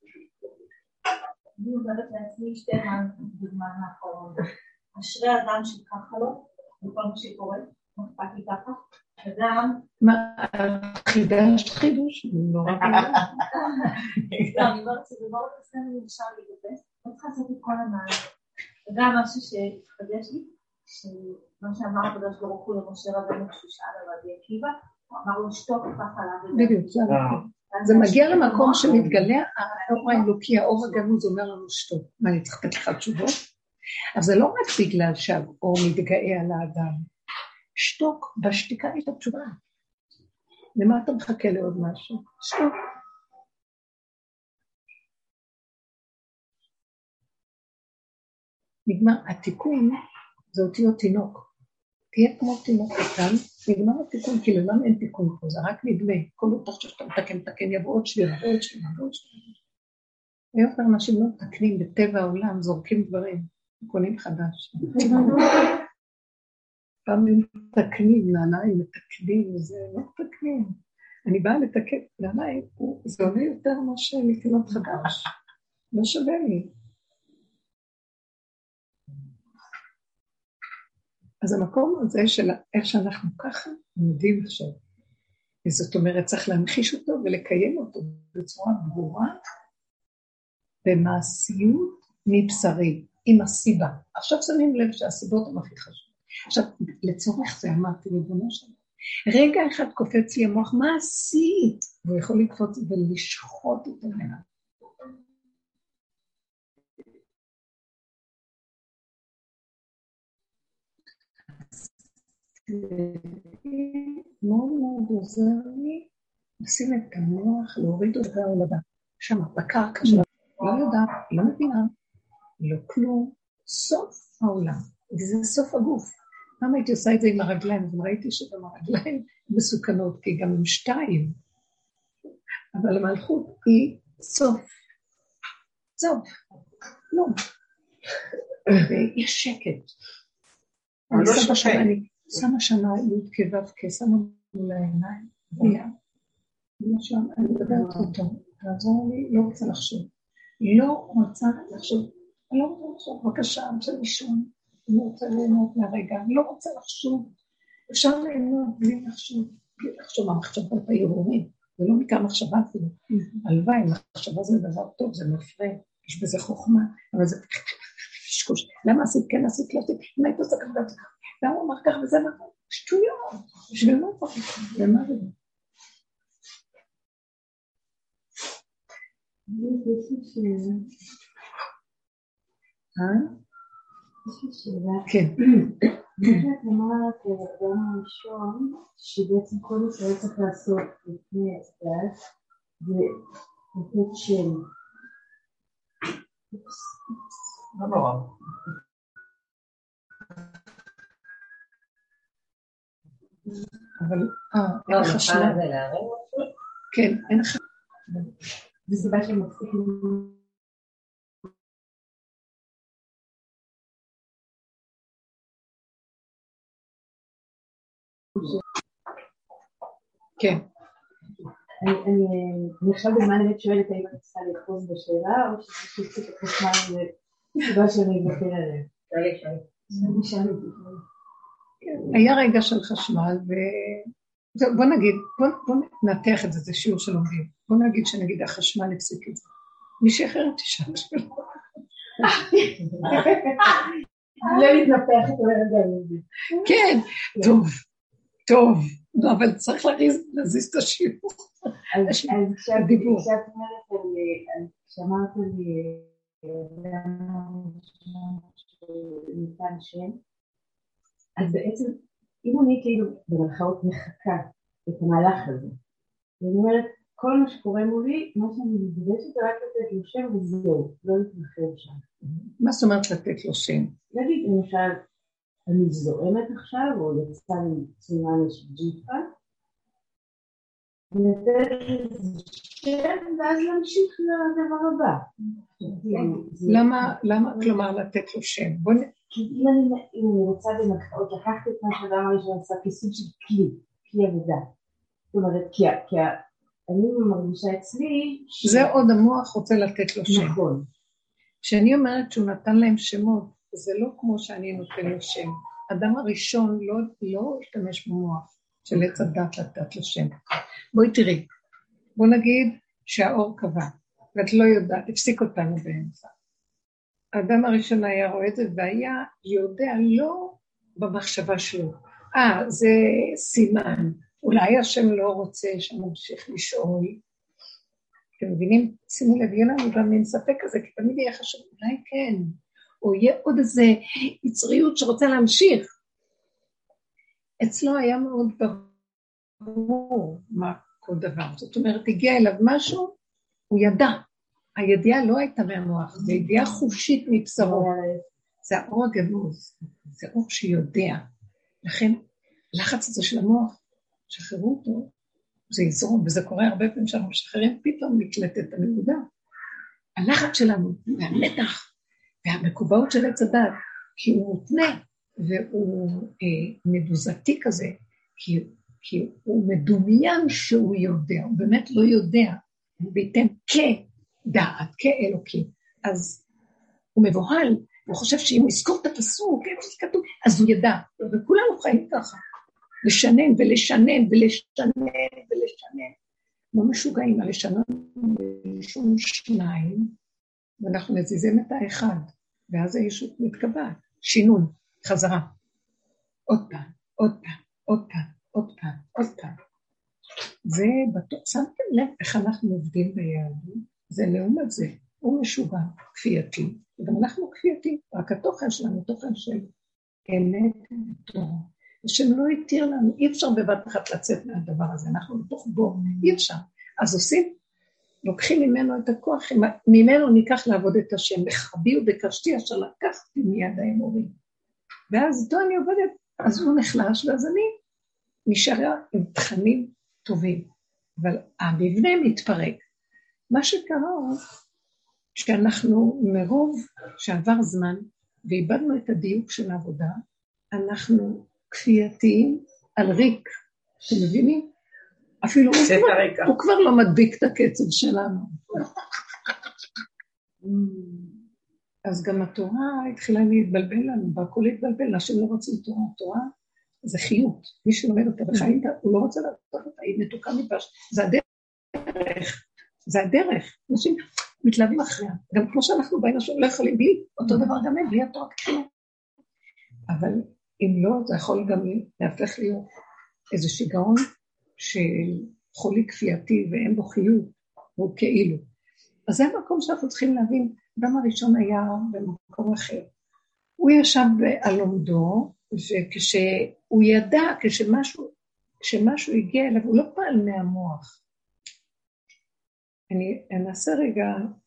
B: אני עובדת לעצמי שתי בזמן האחרון. אשרי אדם שככה לו, וכל מה שקורה, אכפת לי ככה. אדם...
A: מה, חידוש? לא,
B: אני אומרת שזה מאוד עושה לי נשאר להיגבס, לא צריכה לעשות את כל המעלה. וגם משהו שהתחדש לי, שמה שאמר הקדוש ברוך הוא למשה רבנו כשהוא שאל על רבי עקיבא, הוא אמר לו שתוק ככה עליו.
A: בדיוק, זה מגיע למקום שמתגלה האור האלוקי, האור הגנוז אומר לנו שתוק. מה, אני צריך לתת לך תשובות? אז זה לא רק בגלל שהאור מתגאה על האדם. שתוק, בשתיקה יש את התשובה. למה אתה מחכה לעוד משהו? שתוק. נגמר, התיקון זה אותיות תינוק. תהיה כמו תינוק קטן, נגמר התיקון, כי למה אין תיקון פה, זה רק נדמה. כל אותך שאתה מתקן, יבוא עוד שבירה, ועוד שבירה, ועוד שבירה. ויותר אנשים לא מתקנים בטבע העולם, זורקים דברים, קונים חדש. פעמים מתקנים, נעניים מתקנים, זה לא מתקנים. אני באה לתקן, נעניים, זה עולה יותר מאשר לקנות חדש. לא שווה לי. אז המקום הזה של איך שאנחנו ככה, עומדים עכשיו. זאת אומרת, צריך להמחיש אותו ולקיים אותו בצורה ברורה, במעשיות מבשרי, עם הסיבה. עכשיו שמים לב שהסיבות הן הכי חשובות. עכשיו, לצורך זה אמרתי לבנו שלנו, רגע אחד קופץ לי המוח, מה עשית? והוא יכול לקפוץ ולשחוט את המנה. מאוד מאוד עוזר לי לשים את המוח, להוריד אותה ולדע. שם, בקרקע שלה, לא יודעת, לא מבינה, לא כלום, סוף העולם, וזה סוף הגוף. פעם הייתי עושה את זה עם הרגליים, אז ראיתי שגם הרגליים מסוכנות, כי גם עם שתיים, אבל המלכות היא סוף, סוף, לא. ויש שקט. אני שמה שמה י' כו' שמה מול העיניים, אני מדברת אותו, תעזור לי, לא רוצה לחשוב. לא רוצה לחשוב, אני לא רוצה לחשוב, בבקשה, אני רוצה לישון, אני רוצה ליהנות מהרגע, אני לא רוצה לחשוב, אפשר ליהנות בלי לחשוב, בלי לחשוב המחשבות העירורים, זה לא מכמה מחשבה אפילו, הלוואי, מחשבה זה דבר טוב, זה מפרה, יש בזה חוכמה, אבל זה שקוש, למה עשית, כן עשית, לא עשית, אם היית עושה ככה, למה הוא אמר כך וזה נכון, שטויות, בשביל מה פה, ומה זה?
C: יש לי שאלה.
A: כן.
C: את אמרת ביום הראשון, שבעצם כל ישראל צריך לעשות לפני הסגת, ולתת שם.
D: לא נורא.
A: אבל, אין לך שמה. כן, אין לך.
C: זו סיבה שהם מפסיקים.
A: כן.
C: אני עכשיו בזמן אמת שואלת האם אני צריכה לאחוז בשאלה, או שזה שצריך את החשמל וסיבה שאני אבטל עליהם.
A: היה רגע של חשמל, בוא נגיד, בוא נתח את זה, זה שיעור שלומדים. בוא נגיד שנגיד החשמל הפסיק את זה. מישהי אחרת תשאל שלו.
B: לא להתנפח את הרגע הזה.
A: כן, טוב, אבל צריך להזיז את השיעור.
B: אז כשאמרת לי ניתן שם, אז בעצם אם אני כאילו במרכאות מחכה את המהלך הזה, ואני אומרת כל מה שקורה מולי, מה שאני מתבדשת רק לתת לו שם וזהו, לא להתרחב שם.
A: מה זאת אומרת לתת לו שם?
B: נגיד למשל אני זועמת עכשיו או יצא לי צונאמי של ג'יפה, לתת לזה שם ואז להמשיך לדבר הבא.
A: למה כלומר לתת לו שם?
B: כי אם אני רוצה במרכאות לקחת את מה שאדם הראשון עשה כסוג של כלי עבודה. זאת אומרת, כי אני מרגישה אצלי
A: זה עוד המוח רוצה לתת לו שם.
B: נכון.
A: כשאני אומרת שהוא נתן להם שמות, זה לא כמו שאני נותן לו שם. אדם הראשון לא השתמש במוח של עץ הדת לתת לו שם. בואי תראי, בוא נגיד שהאור קבע, ואת לא יודעת, הפסיק אותנו באמצע. האדם הראשון היה רואה את זה, והיה יודע לא במחשבה שלו. זה סימן, אולי השם לא רוצה שנמשיך לשאול. אתם מבינים? שימו לב, יהיה לנו גם מין ספק כזה, כי תמיד יהיה חשוב, אולי כן, או יהיה עוד איזה יצריות שרוצה להמשיך. אצלו היה מאוד ברור מה כל דבר. זאת אומרת, הגיע אליו משהו, הוא ידע. הידיעה לא הייתה מהמוח, זה ידיעה חושית מבשרו. זה האור הגנוז, זה אור שיודע. לכן, לחץ הזה של המוח, שחררו אותו, זה יזרום, וזה קורה הרבה פעמים שאנחנו משחררים, פתאום נקלטת הנקודה. הלחץ שלנו, והמתח, והמקובעות של עץ הדת, כי הוא מותנה, והוא מדוזתי כזה, כי הוא מדומיין שהוא יודע, הוא באמת לא יודע, וייתן כדעת, כאלוקים. אז הוא מבוהל, והוא חושב שאם הוא יזכור את הפסוק, אז הוא ידע, וכולנו חיים ככה. לשנן ולשנן ולשנן ולשנן. לא משוגעים, על לשנן ולשון שניים, ואנחנו מזיזים את האחד, ואז הישות מתקבעת. שינון, חזרה. עוד פעם, עוד פעם, עוד פעם, עוד פעם, עוד פעם. זה בטוח, שמתם לב איך אנחנו עובדים ביהדות? זה לעומת זה, הוא משוגע, כפייתי, וגם אנחנו כפייתי, רק התוכן שלנו, תוכן של אמת ותורה. השם לא התיר לנו, אי אפשר בבת אחת לצאת מהדבר הזה, אנחנו בתוך בור, אי אפשר. אז עושים, לוקחים ממנו את הכוח, ממנו ניקח לעבוד את השם, בחבי ובקשתי אשר לקחתי מיד האמורים. ואז איתו אני עובדת, אז הוא נחלש, ואז אני נשארה עם תכנים טובים. אבל המבנה מתפרק. מה שקרה הוא, שאנחנו מרוב שעבר זמן, ואיבדנו את הדיוק של העבודה, אנחנו כפייתיים על ריק, אתם מבינים? אפילו הוא כבר לא מדביק את הקצב שלנו. אז גם התורה התחילה להתבלבל לנו, והכל להתבלבל, נשים לא רוצים תורה, תורה זה חיות, מי שלומד אותה בחיים, הוא לא רוצה לעשות אותה, היא מתוקה מבש, זה הדרך, זה הדרך, אנשים מתלהבים אחריה, גם כמו שאנחנו בין השם לא יכולים בלי, אותו דבר גם הם, בלי התורה כתחילה. אבל אם לא, זה יכול גם להפך להיות איזה שיגעון של חולי כפייתי ואין בו חיות, הוא כאילו. אז זה המקום שאנחנו צריכים להבין, אדם הראשון היה במקום אחר. הוא ישב על עומדו, וכשהוא ידע, כשמשהו הגיע אליו, הוא לא פעל מהמוח. אני אנסה רגע,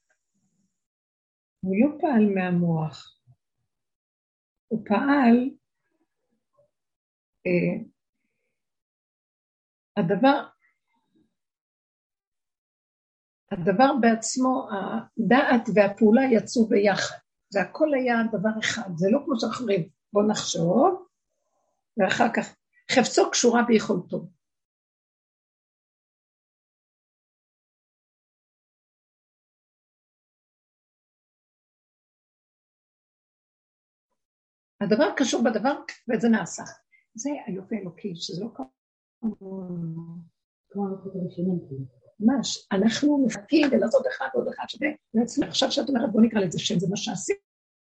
A: הוא לא פעל מהמוח. הוא פעל, הדבר בעצמו, הדעת והפעולה יצאו ביחד. זה הכל היה דבר אחד. זה לא כמו שאנחנו אומרים, בוא נחשוב, ואחר כך חפצו קשורה ביכולתו. הדבר קשור בדבר, וזה נעשה. זה היופי האלוקי, שזה לא
C: כמו הלכות הראשונים.
A: ממש, אנחנו מפקים ולעשות אחד ועוד אחד שווה, ועכשיו שאת אומרת, בוא נקרא לזה שם, זה מה שעשינו.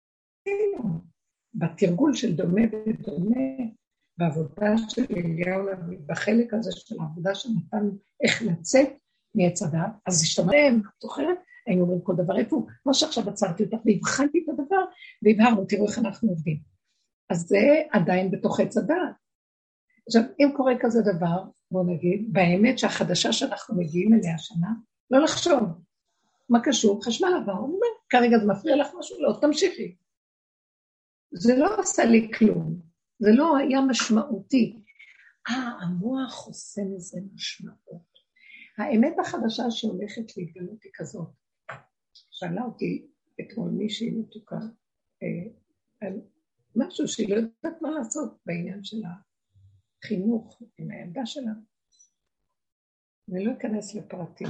A: בתרגול של דומה ודומה, בעבודה של אליהו, בחלק הזה של העבודה שנתן איך לצאת מעץ הדעת, אז השתמעתם, זוכרת? היינו אומרים כל דבר איפה, כמו שעכשיו עצרתי אותך והבחנתי את הדבר, והבהרנו, תראו איך אנחנו עובדים. אז זה עדיין בתוך עץ הדעת. עכשיו, אם קורה כזה דבר, בוא נגיד, באמת שהחדשה שאנחנו מגיעים אליה השנה, לא לחשוב. מה קשור? חשמל עבר, הוא אומר, כרגע זה מפריע לך משהו, לא, תמשיכי. זה לא עשה לי כלום, זה לא היה משמעותי. המוח עושה מזה משמעות. האמת החדשה שהולכת להתגלות היא כזאת. שאלה אותי אתמול מישהי מתוקה, על משהו שהיא לא יודעת מה לעשות בעניין של החינוך עם הילדה שלה. אני לא אכנס לפרטים.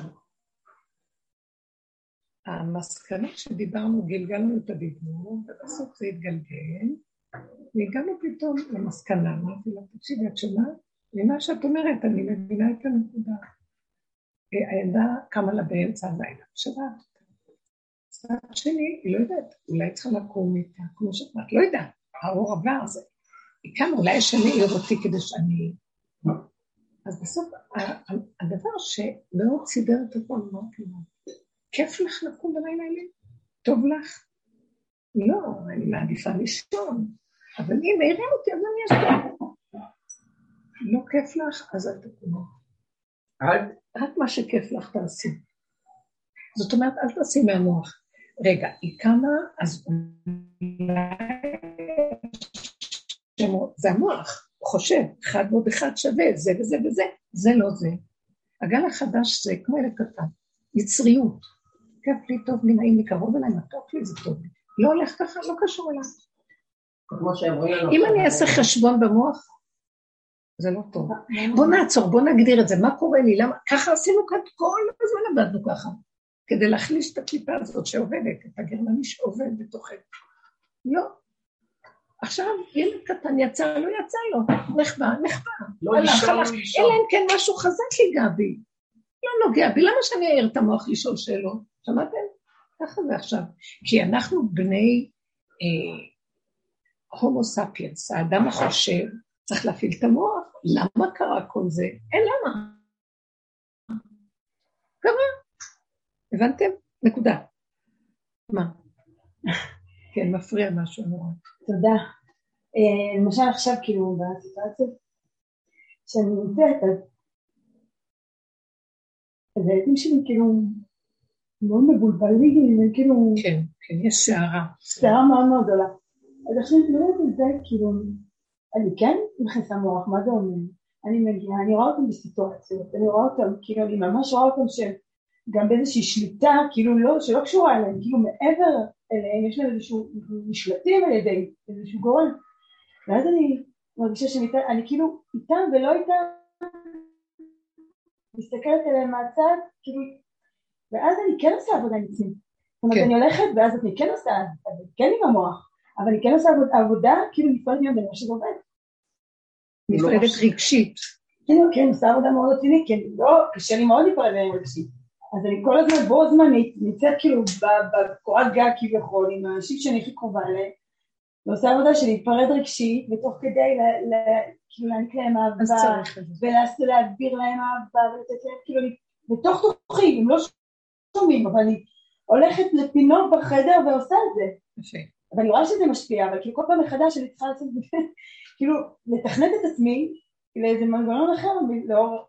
A: המסקנה שדיברנו, גלגלנו את הדיבור, ובסוף זה התגלגל, והגענו פתאום למסקנה, אמרתי לה, תקשיבי, את שומעת? ממה שאת אומרת, אני מבינה את הנקודה. הילדה קמה לה באמצע הלילה, שבת. צד שני, היא לא יודעת, אולי צריכה לקום איתה, כמו שאת אומרת, לא יודעת, האור עבר זה. היא קמה, אולי שאני העיר אותי כדי שאני... אז בסוף, הדבר שמאוד סידר את הכל, אמרתי לה, כיף לך לקום בלילה אלה? טוב לך? לא, אני מעדיפה לישון, אבל אם העירים אותי, אז אני אשתו. לא כיף לך, אז אל תקומו. רק מה שכיף לך תעשי. זאת אומרת, אל תעשי מהמוח. רגע, היא קמה, אז זה המוח, הוא חושב, אחד ועוד אחד שווה, זה וזה וזה, זה לא זה. הגל החדש זה כמו ילד קטן, יצריות. כיף לי, טוב לי, נעים לי, קרוב אליי, מתוק לי, זה טוב לי. לא הולך ככה, לא קשור אליי. אם אני אעשה חשבון במוח, זה לא טוב. בוא נעצור, בוא נגדיר את זה, מה קורה לי, למה? ככה עשינו כאן כל הזמן עבדנו ככה, כדי להחליש את הקליפה הזאת שעובדת, את הגרמני שעובד בתוכנו. לא. עכשיו, ילד קטן יצא, לא יצא לו, נחבא. הלך, אלא אם כן משהו חזק ייגע בי. לא נוגע בי, למה שאני אעיר את המוח לשאול שאלות? שמעתם? ככה זה עכשיו. כי אנחנו בני הומו ספיאנס, האדם החושב, צריך להפעיל את המוח. למה קרה כל זה? אין למה. קרה. הבנתם? נקודה. מה? כן, מפריע משהו נורא.
C: תודה. למשל עכשיו כאילו בסיטואציה שאני נמצאת, אז הילדים שלי כאילו מאוד מבולבלים, כאילו...
A: כן, יש שערה.
C: שערה מאוד מאוד גדולה. אז עכשיו אני מתמודדת עם זה, כאילו, אני כן מכניסה מוח, מה זה אומר? אני מגיעה, אני רואה אותם בסיטואציות, אני רואה אותם, כאילו אני ממש רואה אותם שהם גם באיזושהי שליטה, כאילו לא, שלא קשורה אליהם, כאילו מעבר אליהם, יש להם איזשהו נשלטים על ידי איזשהו גורם. ואז אני מרגישה שאני כאילו איתם ולא איתם, מסתכלת עליהם מהצד, כאילו, ואז אני כן עושה עבודה עם עצמי. זאת אומרת, אני הולכת, ואז אני כן עושה, כן עם המוח, אבל אני כן עושה עבודה, כאילו נפרדת מהם במה שזה עובד.
A: נפרדת רגשית.
C: כן, עושה עבודה מאוד רצינית, כן, לא, קשה לי מאוד להיפרד מהם רגשית. אז אני כל הזמן בו זמנית, נמצאת כאילו בקורת גג כביכול, עם האנשים שאני הכי קרובה אליהם, ועושה עבודה של להתפרד רגשית, ותוך כדי כאילו להעניק להם אהבה, ולהסביר להם אהבה, ולתת להם כאילו, בתוך תוכי, הם לא שומעים, אבל אני הולכת לפינות בחדר ועושה את זה. ואני רואה שזה משפיע, אבל כאילו כל פעם מחדש אני צריכה לעשות, כאילו לתכנת את עצמי לאיזה מנגנון אחר, לאור...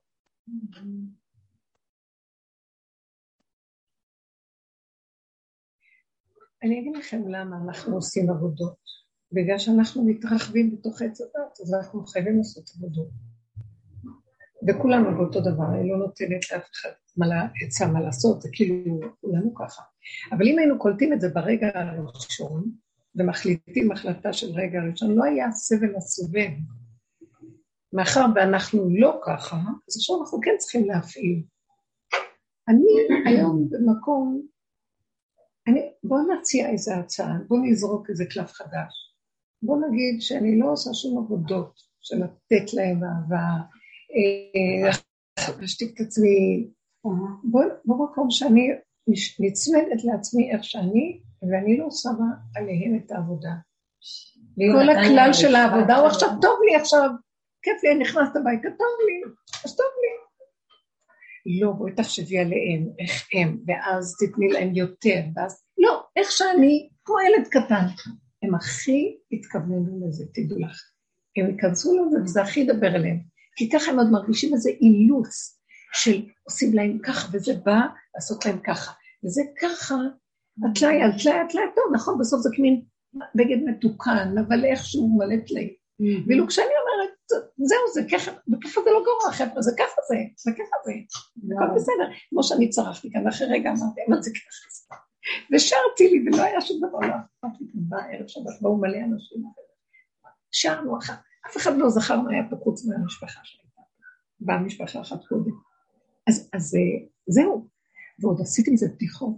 A: אני אגיד לכם למה אנחנו עושים עבודות. בגלל שאנחנו מתרחבים בתוך עץ הדת, אז אנחנו חייבים לעשות עבודות. וכולנו באותו דבר, אני לא נותנת לאף אחד עצה מה לעשות, זה כאילו כולנו ככה. אבל אם היינו קולטים את זה ברגע הראשון, ומחליטים החלטה של רגע הראשון, לא היה סבל הסובב. מאחר ואנחנו לא ככה, אז עכשיו אנחנו כן צריכים להפעיל. אני היום במקום, בואו נציע איזה הצעה, בואו נזרוק איזה קלף חדש. בוא נגיד שאני לא עושה שום עבודות של לתת להם אהבה, להשתיק את עצמי, במקום שאני נצמדת לעצמי איך שאני, ואני לא שמה עליהם את העבודה. כל הכלל של העבודה הוא עכשיו טוב לי, עכשיו כיף לי, נכנסת הביתה, טוב לי, אז טוב לי. לא, בואי תחשבי עליהם, איך הם, ואז תתני להם יותר, ואז לא, איך שאני, כמו ילד קטן, הם הכי התכווננו לזה, תדעו לך. הם ייכנסו לזה וזה הכי ידבר אליהם. כי ככה הם עוד מרגישים איזה אילוץ של עושים להם ככה, וזה בא לעשות להם ככה. וזה ככה, התליה, טוב, נכון, בסוף זה כמין בגד מתוקן, אבל איכשהו מלא תליה. ואילו כשאני אומרת, זהו, זה ככה, וככה זה לא גרוע, חבר'ה, זה ככה זה, הכל בסדר. כמו שאני צרחתי כאן, אחרי רגע אמרתי, אבל זה ככה זה. ושרתי לי, ולא היה שום דבר, לא אכפת לי, בערב שבת, באו מלא אנשים, שרנו אחת, אף אחד לא זכר מה היה פה חוץ מהמשפחה שהייתה, באה משפחה אחת קודם. אז זהו, ועוד עשיתי מזה בדיחות.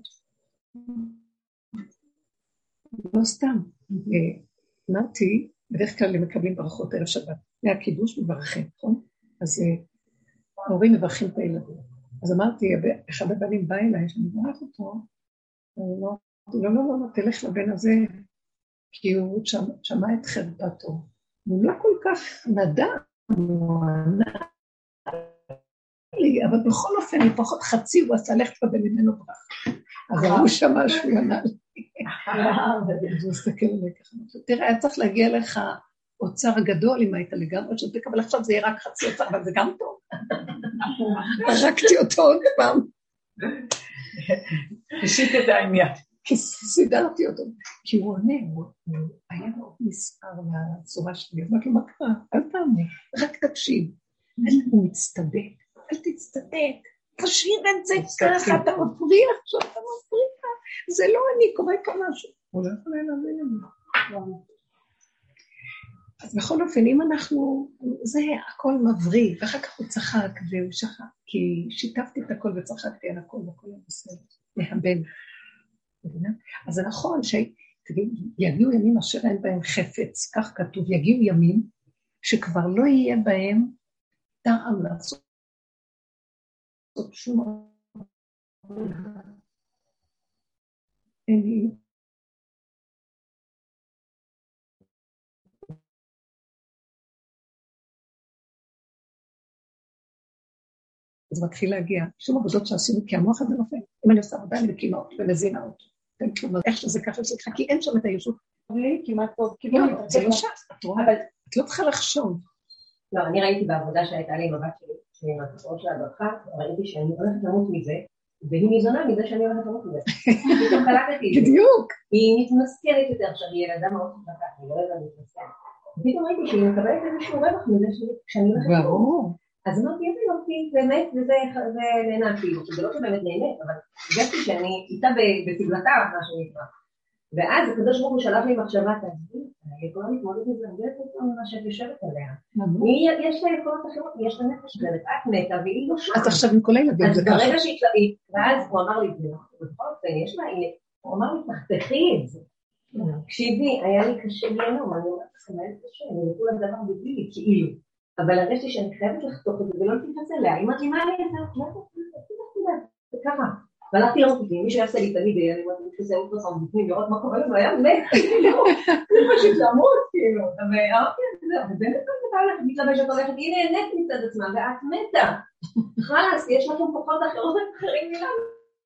A: לא סתם, אמרתי, בדרך כלל הם מקבלים ברכות ערב שבת, מהקידוש מברכים, נכון? אז ההורים מברכים את הילדים. אז אמרתי, אחד הבנים בא אליי, שאני מברך אותו, לא, תלך לבן הזה, כי הוא שמע את חרפתו. הוא לא כל כך נדע, הוא ענה לי, אבל בכל אופן, לפחות חצי, הוא עשה לך לקבל ממנו ברכה. אז הוא שמע שהוא ענה לי. הוא הסתכל עליי ככה. תראה, היה צריך להגיע לך אוצר גדול, אם היית לגמרי, אבל עכשיו זה יהיה רק חצי אוצר, אבל זה גם טוב. הרקתי אותו עוד פעם.
D: תשית את העניין.
A: כי סידרתי אותו. כי הוא עונה, הוא היה מאוד נסער מהצורה שלי. אמרתי לו, מה קרה? אל תענה, רק תקשיב. הוא מצטדק, אל תצטדק. תשאיר את זה ככה, אתה מפריע עכשיו, אתה מפריע. זה לא אני, קורא פה משהו. הוא לא יכול להבין לנו. אז בכל אופן, אם אנחנו, זה הכל מבריא, ואחר כך הוא צחק והוא שחק, כי שיתפתי את הכל וצחקתי על הכל, והכל היה בסדר, מהבן. אז זה נכון שיגיעו ימים אשר אין בהם חפץ, כך כתוב, יגיעו ימים שכבר לא יהיה בהם טעם לעשות שום אין לי. אז מתחיל להגיע, שום עבודות שעשינו, כי המוח הזה נופל. אם אני עושה עבודה, אני מקימה אותו ומזינה אותו. איך שזה ככה שצריכה, כי אין שם את הישות.
C: כמעט טוב,
A: זה לא שעת, את רואה, את לא צריכה לחשוב.
B: לא, אני ראיתי בעבודה שהייתה לי עם הבת שלי, עם התוצאות של הדרכה, ראיתי שאני הולכת למות מזה, והיא ניזונה מזה שאני הולכת למות מזה. פתאום קלטתי את זה.
A: בדיוק.
B: היא מתמסכנת יותר, עכשיו היא ילדה מאוד חזקה, היא לא יודעת להתמסכנת. ופתאום ראיתי שהיא מקבלת איזשהו רווח מזה שאני הולכת למות.
A: ברור.
B: אז אמרתי, יופי, באמת, וזה נהנה אפילו, שזה לא שבאמת נהנית, אבל הגעתי שאני איתה בסגלתה, מה שנקרא. ואז הקדוש ברוך הוא שלח לי מחשבה, תעזבי, אני יכולה להתמודד את זה הרבה יותר ממה שאת יושבת עליה. יש לה יכולות אחרות, יש לה נפש גדלת, את מתה והיא לא שם.
A: אז עכשיו עם כל הילדים זה ככה.
B: אז ברגע שהיא, ואז הוא אמר לי, בכל אופן, יש לה, הוא אמר לי, תחתכי את זה. תקשיבי, היה לי קשה גיהנום, אני אומרת לכם, היה לי קשה, אני נתנו לדבר בגלילי, כאילו. אבל הרגשתי שאני חייבת לחתוך את זה ולא תתייחס אליה. היא אמרת לי, מה אני אעשה? זה ככה. והלכתי למותיקים, מישהו יעשה לי תמיד, אני אומרת, אני חושב הוא פרסם בפנים, לראות מה קורה לנו, היה מת, זה פשוט למות, כאילו. ואמרתי, זה באמת ככה הולכת, מתלבשת הולכת, היא נהנית מצד עצמה, ואת מתה. חלס, יש לכם כוחות אחרות אחרים מלנו.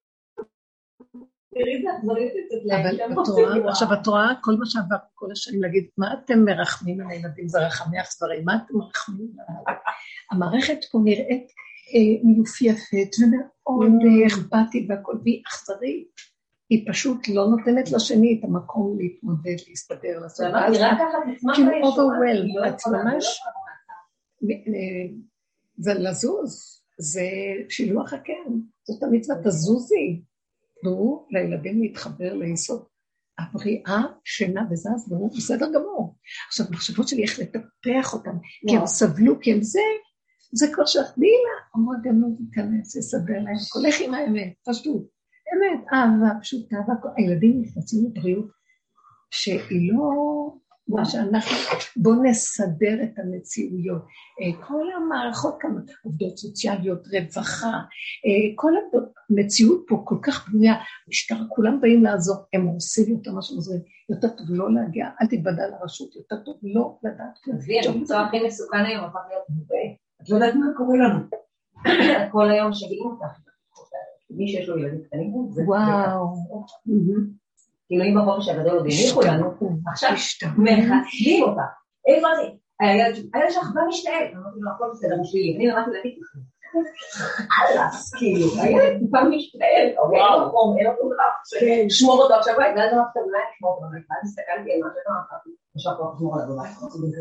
B: תראי, זה אכזרית אצלת להם.
A: עכשיו את רואה כל מה שעבר כל השנים להגיד, מה אתם מרחמים על הילדים, זה רחמי אכזרי, מה אתם מרחמים? המערכת פה נראית מיופייפת ומאוד אכפתית והכל, והיא אכזרית. היא פשוט לא נותנת לשני את המקום להתמודד, להסתדר, לעשות. כאילו overwhelmed, את ממש, זה לזוז, זה שילוח הקן, זאת המצווה, תזוזי. והוא לילדים להתחבר ליסוד. הבריאה שינה וזז, והוא בסדר גמור. עכשיו, המחשבות שלי איך לטפח אותם, כי הם סבלו, כי הם זה כבר שחדילה, אמרו גם לא תיכנס, יסדר להם, הולך עם האמת, פשוט. אמת, אהבה, פשוטה, הילדים נכנסים לבריאות, שהיא מה שאנחנו, בואו נסדר את המציאויות. כל המערכות כאן, עובדות סוציאליות, רווחה, כל המציאות פה כל כך בנויה, משטר, כולם באים לעזור, הם עושים יותר מה שעוזרים, יותר טוב לא להגיע, אל תתבדל לרשות, יותר טוב לא לדעת.
B: המקצוע הכי מסוכן היום הפך להיות הרבה. את לא יודעת מה קורה לנו. כל היום שגעים אותך. מי שיש לו ילדים קטנים, זה...
A: וואו.
B: כאילו אם בחופש הגדול עוד הניחו לנו, עכשיו מחסלים אותה. איפה זה? הילד שלך בא משתעל. אמרתי לו, הכל בסדר, הוא שלי. אני למדתי להגיד לך. אלס, כאילו, הילד בא משתעל. וואו, אין אותו דבר. שמור אותו עכשיו בית. ואז אמרתי, אולי שמור אותו בית. ואז הסתכלתי על מה שאתה אמרתי. עכשיו כבר שמור עליו בבית.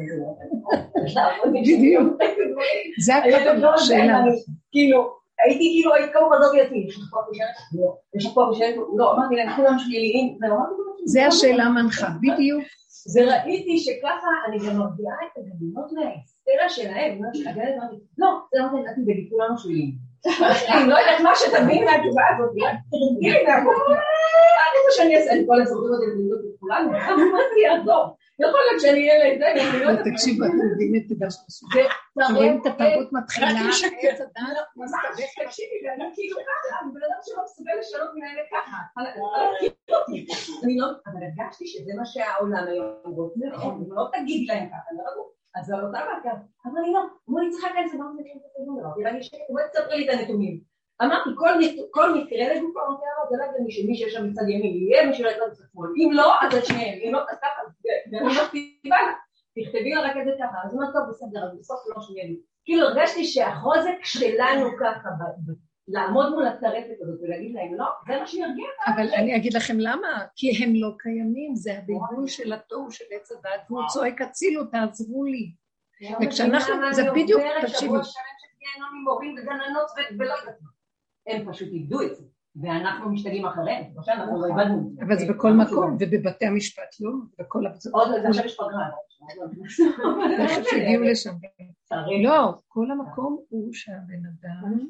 A: זה הכוונה שלנו.
B: כאילו, הייתי כאילו, היית כמו חזור ויצאים, יש לך פה בשנת, יש לך פה בשנת, לא, אמרתי להם, כולם שליליים,
A: זה השאלה המנחה, בדיוק.
B: וראיתי שככה אני גם מרגיעה את הגדולות מההיסטריה שלהם, הגדלת אמרתי, לא, זה לא נתתי בלי כולנו שליליים. אני לא יודעת מה שתבין מהתשובה הזאת, תרגילי מהכל, אני חושב שאני אעשה את כל הסרטות הגדולות בכולנו, מה זה יעזור? יכול להיות שאני ילד,
A: תקשיב, אתה מבין את הדש בסוף. רואים את הפרקות מתחילה, עץ הדעת,
B: תקשיבי, ואני כאילו ככה, אני בן אדם שלא מסוגל לשנות מנהלת ככה. אני לא, אבל הרגשתי שזה מה שהעולם היום רוצה, ולא תגיד להם ככה, אז לא אותה מה ככה. אבל אני לא, בואי נצחק על זה, מה זה נקרא את זה, תראה לי שקט, בואי תספרי לי את הנתונים. אמרתי, כל מקרה לגופו, זה לא גם מי שיש שם מצד ימין, יהיה מי שלא יצד שמאל. אם לא, אז את שניהם, אם לא, אז ככה, ואני לא תכתיבה לה, תכתבי לה רק את זה ככה, אז מה טוב, בסדר, אז בסוף לא שניהם. כאילו, הרגשתי שהחוזק שלנו ככה, לעמוד מול הטרפת הזאת ולהגיד להם, לא, זה מה שירגיע.
A: אבל אני אגיד לכם למה, כי הם לא קיימים, זה הבלבול של התוהו של עץ הדעת, והוא צועק, הצילו, תעזרו לי. וכשאנחנו, זה בדיוק, תקשיבו.
B: מורים וגננות ולא יודעת. הם פשוט איבדו את זה, ואנחנו משתגעים אחריהם, אנחנו לא איבדנו.
A: אבל זה בכל מקום, ובבתי המשפט לא, בכל הבצעות.
B: עוד עכשיו יש פגרה.
A: איך שהגיעו לשם. לא, כל המקום הוא שהבן אדם,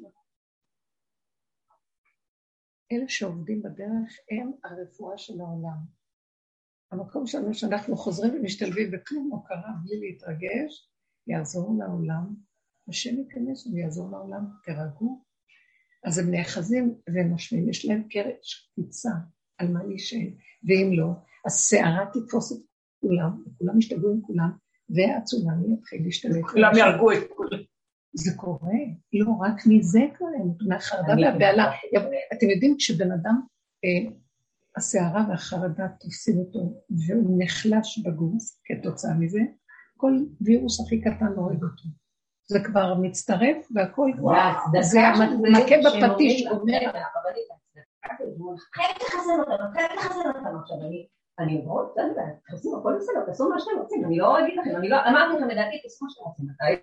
A: אלה שעובדים בדרך הם הרפואה של העולם. המקום שלנו שאנחנו חוזרים ומשתלבים וכלום לא קרה בלי להתרגש, יעזור לעולם. השם ייכנס ויעזור לעולם, תרגעו. אז הם נאחזים ונושמים, יש להם קרש קיצה על מה להישאל, ואם לא, השערה תתפוס את כולם, וכולם ישתגעו עם כולם, והצונמי יתחיל להשתלט.
D: כולם ירגעו את כולם.
A: זה קורה, לא רק מזה קורה, מהחרדה והבעלה. אתם יודעים, כשבן אדם, השערה והחרדה תופסים אותו, והוא נחלש בגוף כתוצאה מזה, כל וירוס הכי קטן הורג אותו. זה כבר מצטרף, והכל זה מכה בפטיש, אומר.
B: חייב לחסן אותם עכשיו, אני מאוד, תחסים, הכל בסדר, תעשו מה שאתם רוצים, אני לא אגיד לכם, אני לא, אמרתי לכם לדעתי, תעשו מה שאתם רוצים,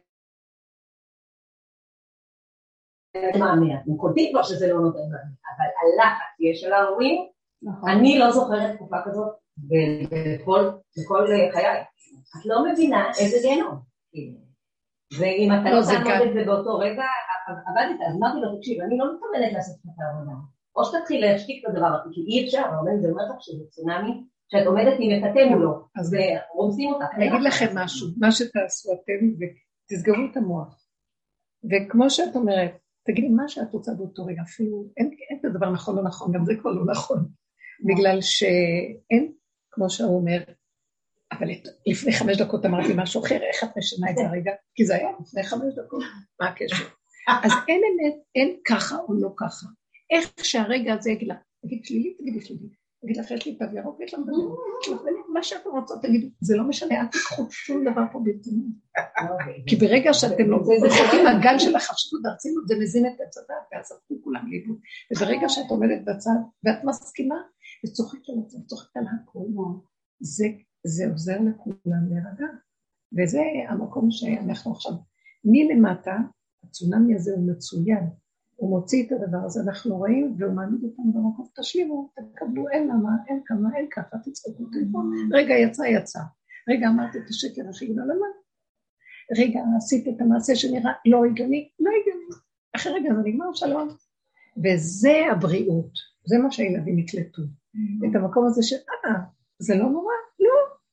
B: מתי? מאמין, אתם קולטים כבר שזה לא נותן להם, אבל הלחץ יש של ההורים, אני לא זוכרת תקופה כזאת, בכל חיי, את לא מבינה איזה גיהנום, ואם אתה לא תעמוד את זה באותו רגע, עבדת, אז אמרתי לו, תקשיב, אני לא מתכוונת לעשות את העבודה. או שתתחיל להשתיק את הדבר הזה, כי אי אפשר, אבל זה אומר לך שזה צונמי, שאת עומדת עם מפתה מולו, אז רומסים אותך.
A: אני אגיד לכם משהו, מה שתעשו אתם, ותסגרו את המוח. וכמו שאת אומרת, תגידי מה שאת רוצה באותו רגע, אפילו אין את הדבר נכון או נכון, גם זה כבר לא נכון. בגלל שאין, כמו שהוא אומר, אבל לפני 5 דקות אמרתי משהו אחר, איך את משנה את זה הרגע? כי זה היה לפני 5 דקות, מה הקשר? אז אין אמת, אין ככה או לא ככה. איך שהרגע הזה יגיד לה, תגיד שלילי, תגידי שלילי. תגיד לך, יש לי תו ירוק, יש לנו מה שאתם רוצות, תגידו, זה לא משנה, אל תקחו שום דבר פה ברצינות. כי ברגע שאתם לא חוקים הגל של החשבות הרצינות, זה מזין את הצדה, ואז עבדו כולם ליבוד. וברגע שאת עומדת בצד, ואת מסכימה, וצוחקת על הצד, צוחקת על הכל, זה עוזר לכולם להירגע. וזה המקום שאנחנו עכשיו, מלמטה, הצונמי הזה הוא מצוין, הוא מוציא את הדבר הזה, אנחנו רואים, והוא מעמיד אותנו במקום, תשלימו, תקבלו, אין למה, אין כמה, אין ככה, תצחקו, רגע יצא, רגע אמרתי את השקר הכי גדול, למה? רגע עשית את המעשה שנראה לא הגיוני, אחרי רגע זה נגמר שלום, וזה הבריאות, זה מה שהילדים יקלטו, את המקום הזה זה לא נורא, לא,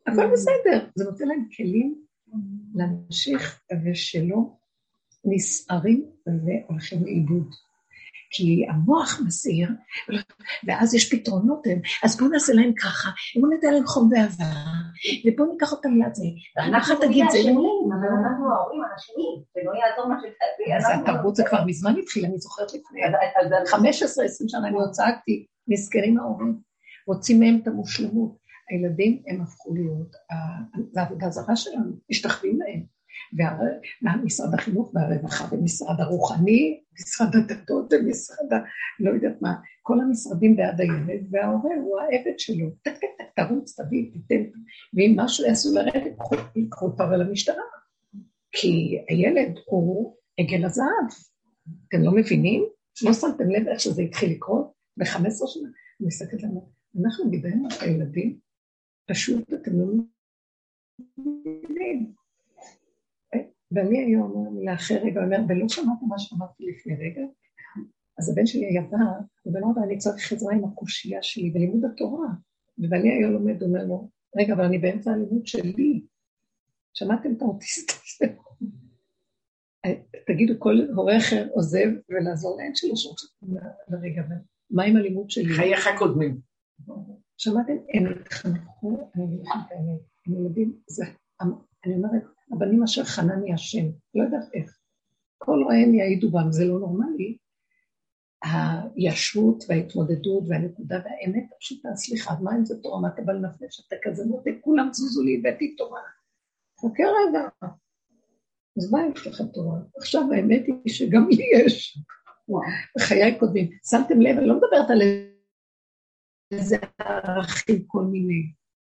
A: הכל בסדר, זה נותן להם כלים להמשיך ושלא נסערים והולכים לאיבוד. כי המוח מסעיר, ואז יש פתרונות, אז בואו נעשה להם ככה, בואו ניתן להם חום ואהבה, ובואו ניקח אותם ליד זה.
B: אנחנו תגיד זה שונים, אבל אנחנו ההורים השונים, ולא יעזור מה שתעשי.
A: אז התרבות זה כבר מזמן התחיל, אני זוכרת לפני 15-20 שנה, אני הוצאתי, נזכרים ההורים, רוצים מהם את המושלמות. הילדים הם הפכו להיות, זה העבודה הזרה שלנו, משתחווים להם. ומשרד החינוך והרווחה ומשרד הרוחני, משרד הדתות ומשרד, לא יודעת מה, כל המשרדים בעד הילד, וההורה הוא העבד שלו, תרוץ, תביא, תיתן, ואם משהו יעשו לרדת, יקחו אותו למשטרה, כי הילד הוא עגל הזהב, אתם לא מבינים? לא שמתם לב איך שזה התחיל לקרות, ב-15 שנה, אני מסתכלת לנו, אנחנו גידלנו את הילדים, פשוט אתם לא מבינים, ואני היום אומר לאחר רגע, אומר, ולא שמעתי מה שאמרתי לפני רגע, אז הבן שלי היה בא, ובנורא, אני צריך עזרה עם הקושייה שלי בלימוד התורה, ובעלי היום לומד, אומר לו, רגע, אבל אני באמצע הלימוד שלי, שמעתם את האוטיסט הזה? תגידו, כל הורה אחר עוזב ולעזור לאין שלו, לרגע, מה עם הלימוד שלי?
D: חייך קודמים.
A: שמעתם, הם התחנכו, הם ילדים, אני אומרת, הבנים אשר חנני השם, לא יודעת איך. כל רואיהם יעידו בם, זה לא נורמלי. הישרות וההתמודדות והנקודה והאמת פשוטה, סליחה, מה אם זה תורה, מה תבל נפש, אתה כזה מודה, כולם צוזו לי, הבאתי תורה. חכה רגע. אז מה יש לך תורה? עכשיו האמת היא שגם לי יש. בחיי קודמים. שמתם לב, אני לא מדברת על איזה ערכים כל מיני.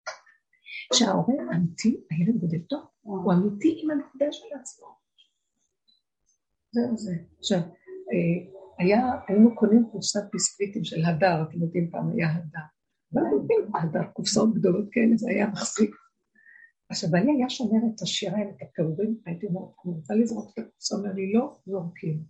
A: שההורה אמיתי, הילד בודד טוב, הוא אמיתי עם הנקודה של עצמו. זהו זה. עכשיו, היינו קונים קופסת ביסקוויטים של הדר, אתם יודעים פעם היה הדר, קופסאות גדולות כאלה, זה היה מחזיק. עכשיו, אני היה שומר את השיריים, את הפירורים, הייתי אומרת, אני רוצה לזרוק את הקופסה, אומר לי, לא, זורקים.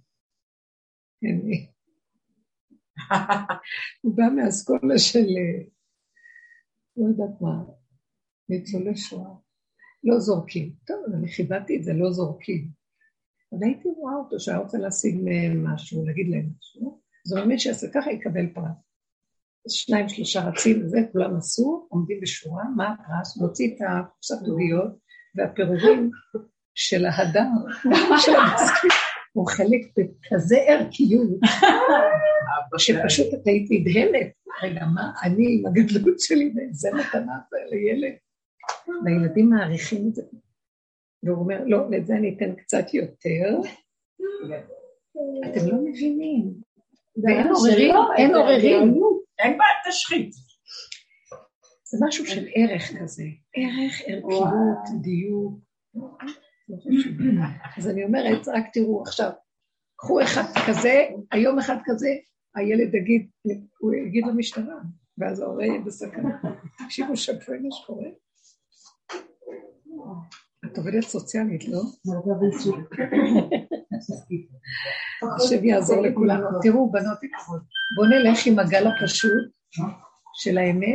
A: הוא בא מהאסכולה של, לא יודעת מה, ניצולי שואה, לא זורקים. טוב, אני חיבדתי את זה, לא זורקים. אבל הייתי רואה אותו שהיה רוצה להשיג מהם משהו, להגיד להם משהו, אז הוא אומר שיעשה ככה, יקבל פרס. 2-3 רצים, וזה כולם עשו, עומדים בשורה, מה הפרס? להוציא את הקופסת עוגיות, והפירורים של ההדר, של המסכים, הוא חלק בכזה ערכיות, שפשוט אתה הייתי נדהמת, רגע, מה אני עם הגדלות שלי, וזה מתנה לילד, והילדים מעריכים את זה, והוא אומר, לא, לזה אני אתן קצת יותר, אתם לא מבינים, ואין עוררים, אין עוררים,
D: אין בעיה תשחית.
A: זה משהו של ערך כזה, ערך, ערכיות, דיוק, אז אני אומרת, רק תראו עכשיו, קחו אחד כזה, היום אחד כזה, הילד יגיד, הוא יגיד למשטרה, ואז ההורה יהיה בסכנה. תקשיבו שפוי מה שקורה. את עובדת סוציאלית, לא? עכשיו יעזור לכולנו. תראו, בנות יקרות, בואו נלך עם הגל הפשוט של האמת,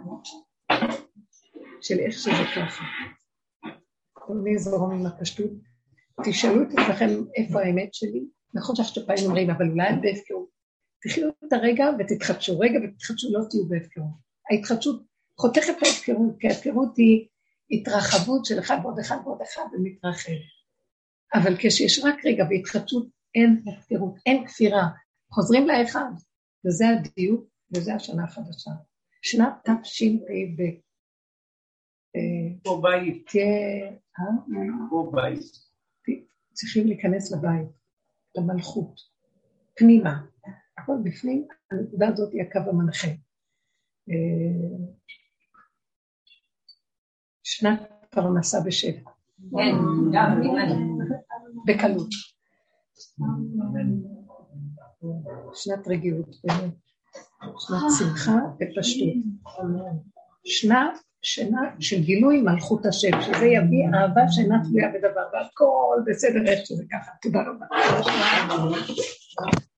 A: של איך שזה ככה. כל מיני זרום עם הפשטות. תשאלו את לכם איפה האמת שלי. נכון שהשתפיים אומרים, אבל אולי את בהפקרות. תחיו את הרגע ותתחדשו. רגע ותתחדשו, לא תהיו בהפקרות. ההתחדשות חותכת את ההפקרות, כי ההפקרות היא התרחבות של אחד ועוד אחד ועוד אחד ומתרחב. אבל כשיש רק רגע והתחדשות, אין הפקרות, אין כפירה. חוזרים לאחד, וזה הדיוק, וזה השנה החדשה. שנת תשפ"ב.
D: פה בית.
A: פה בית. צריכים להיכנס לבית, למלכות, פנימה. הכל בפנים, הנקודה הזאת היא הקו המנחה. שנת פרנסה בשבע. בקלות. שנת רגיעות, שנת שמחה ופשטות. שנה של גילוי מלכות השם, שזה יביא אהבה שאינה תלויה בדבר, והכל בסדר איך שזה ככה. תודה רבה.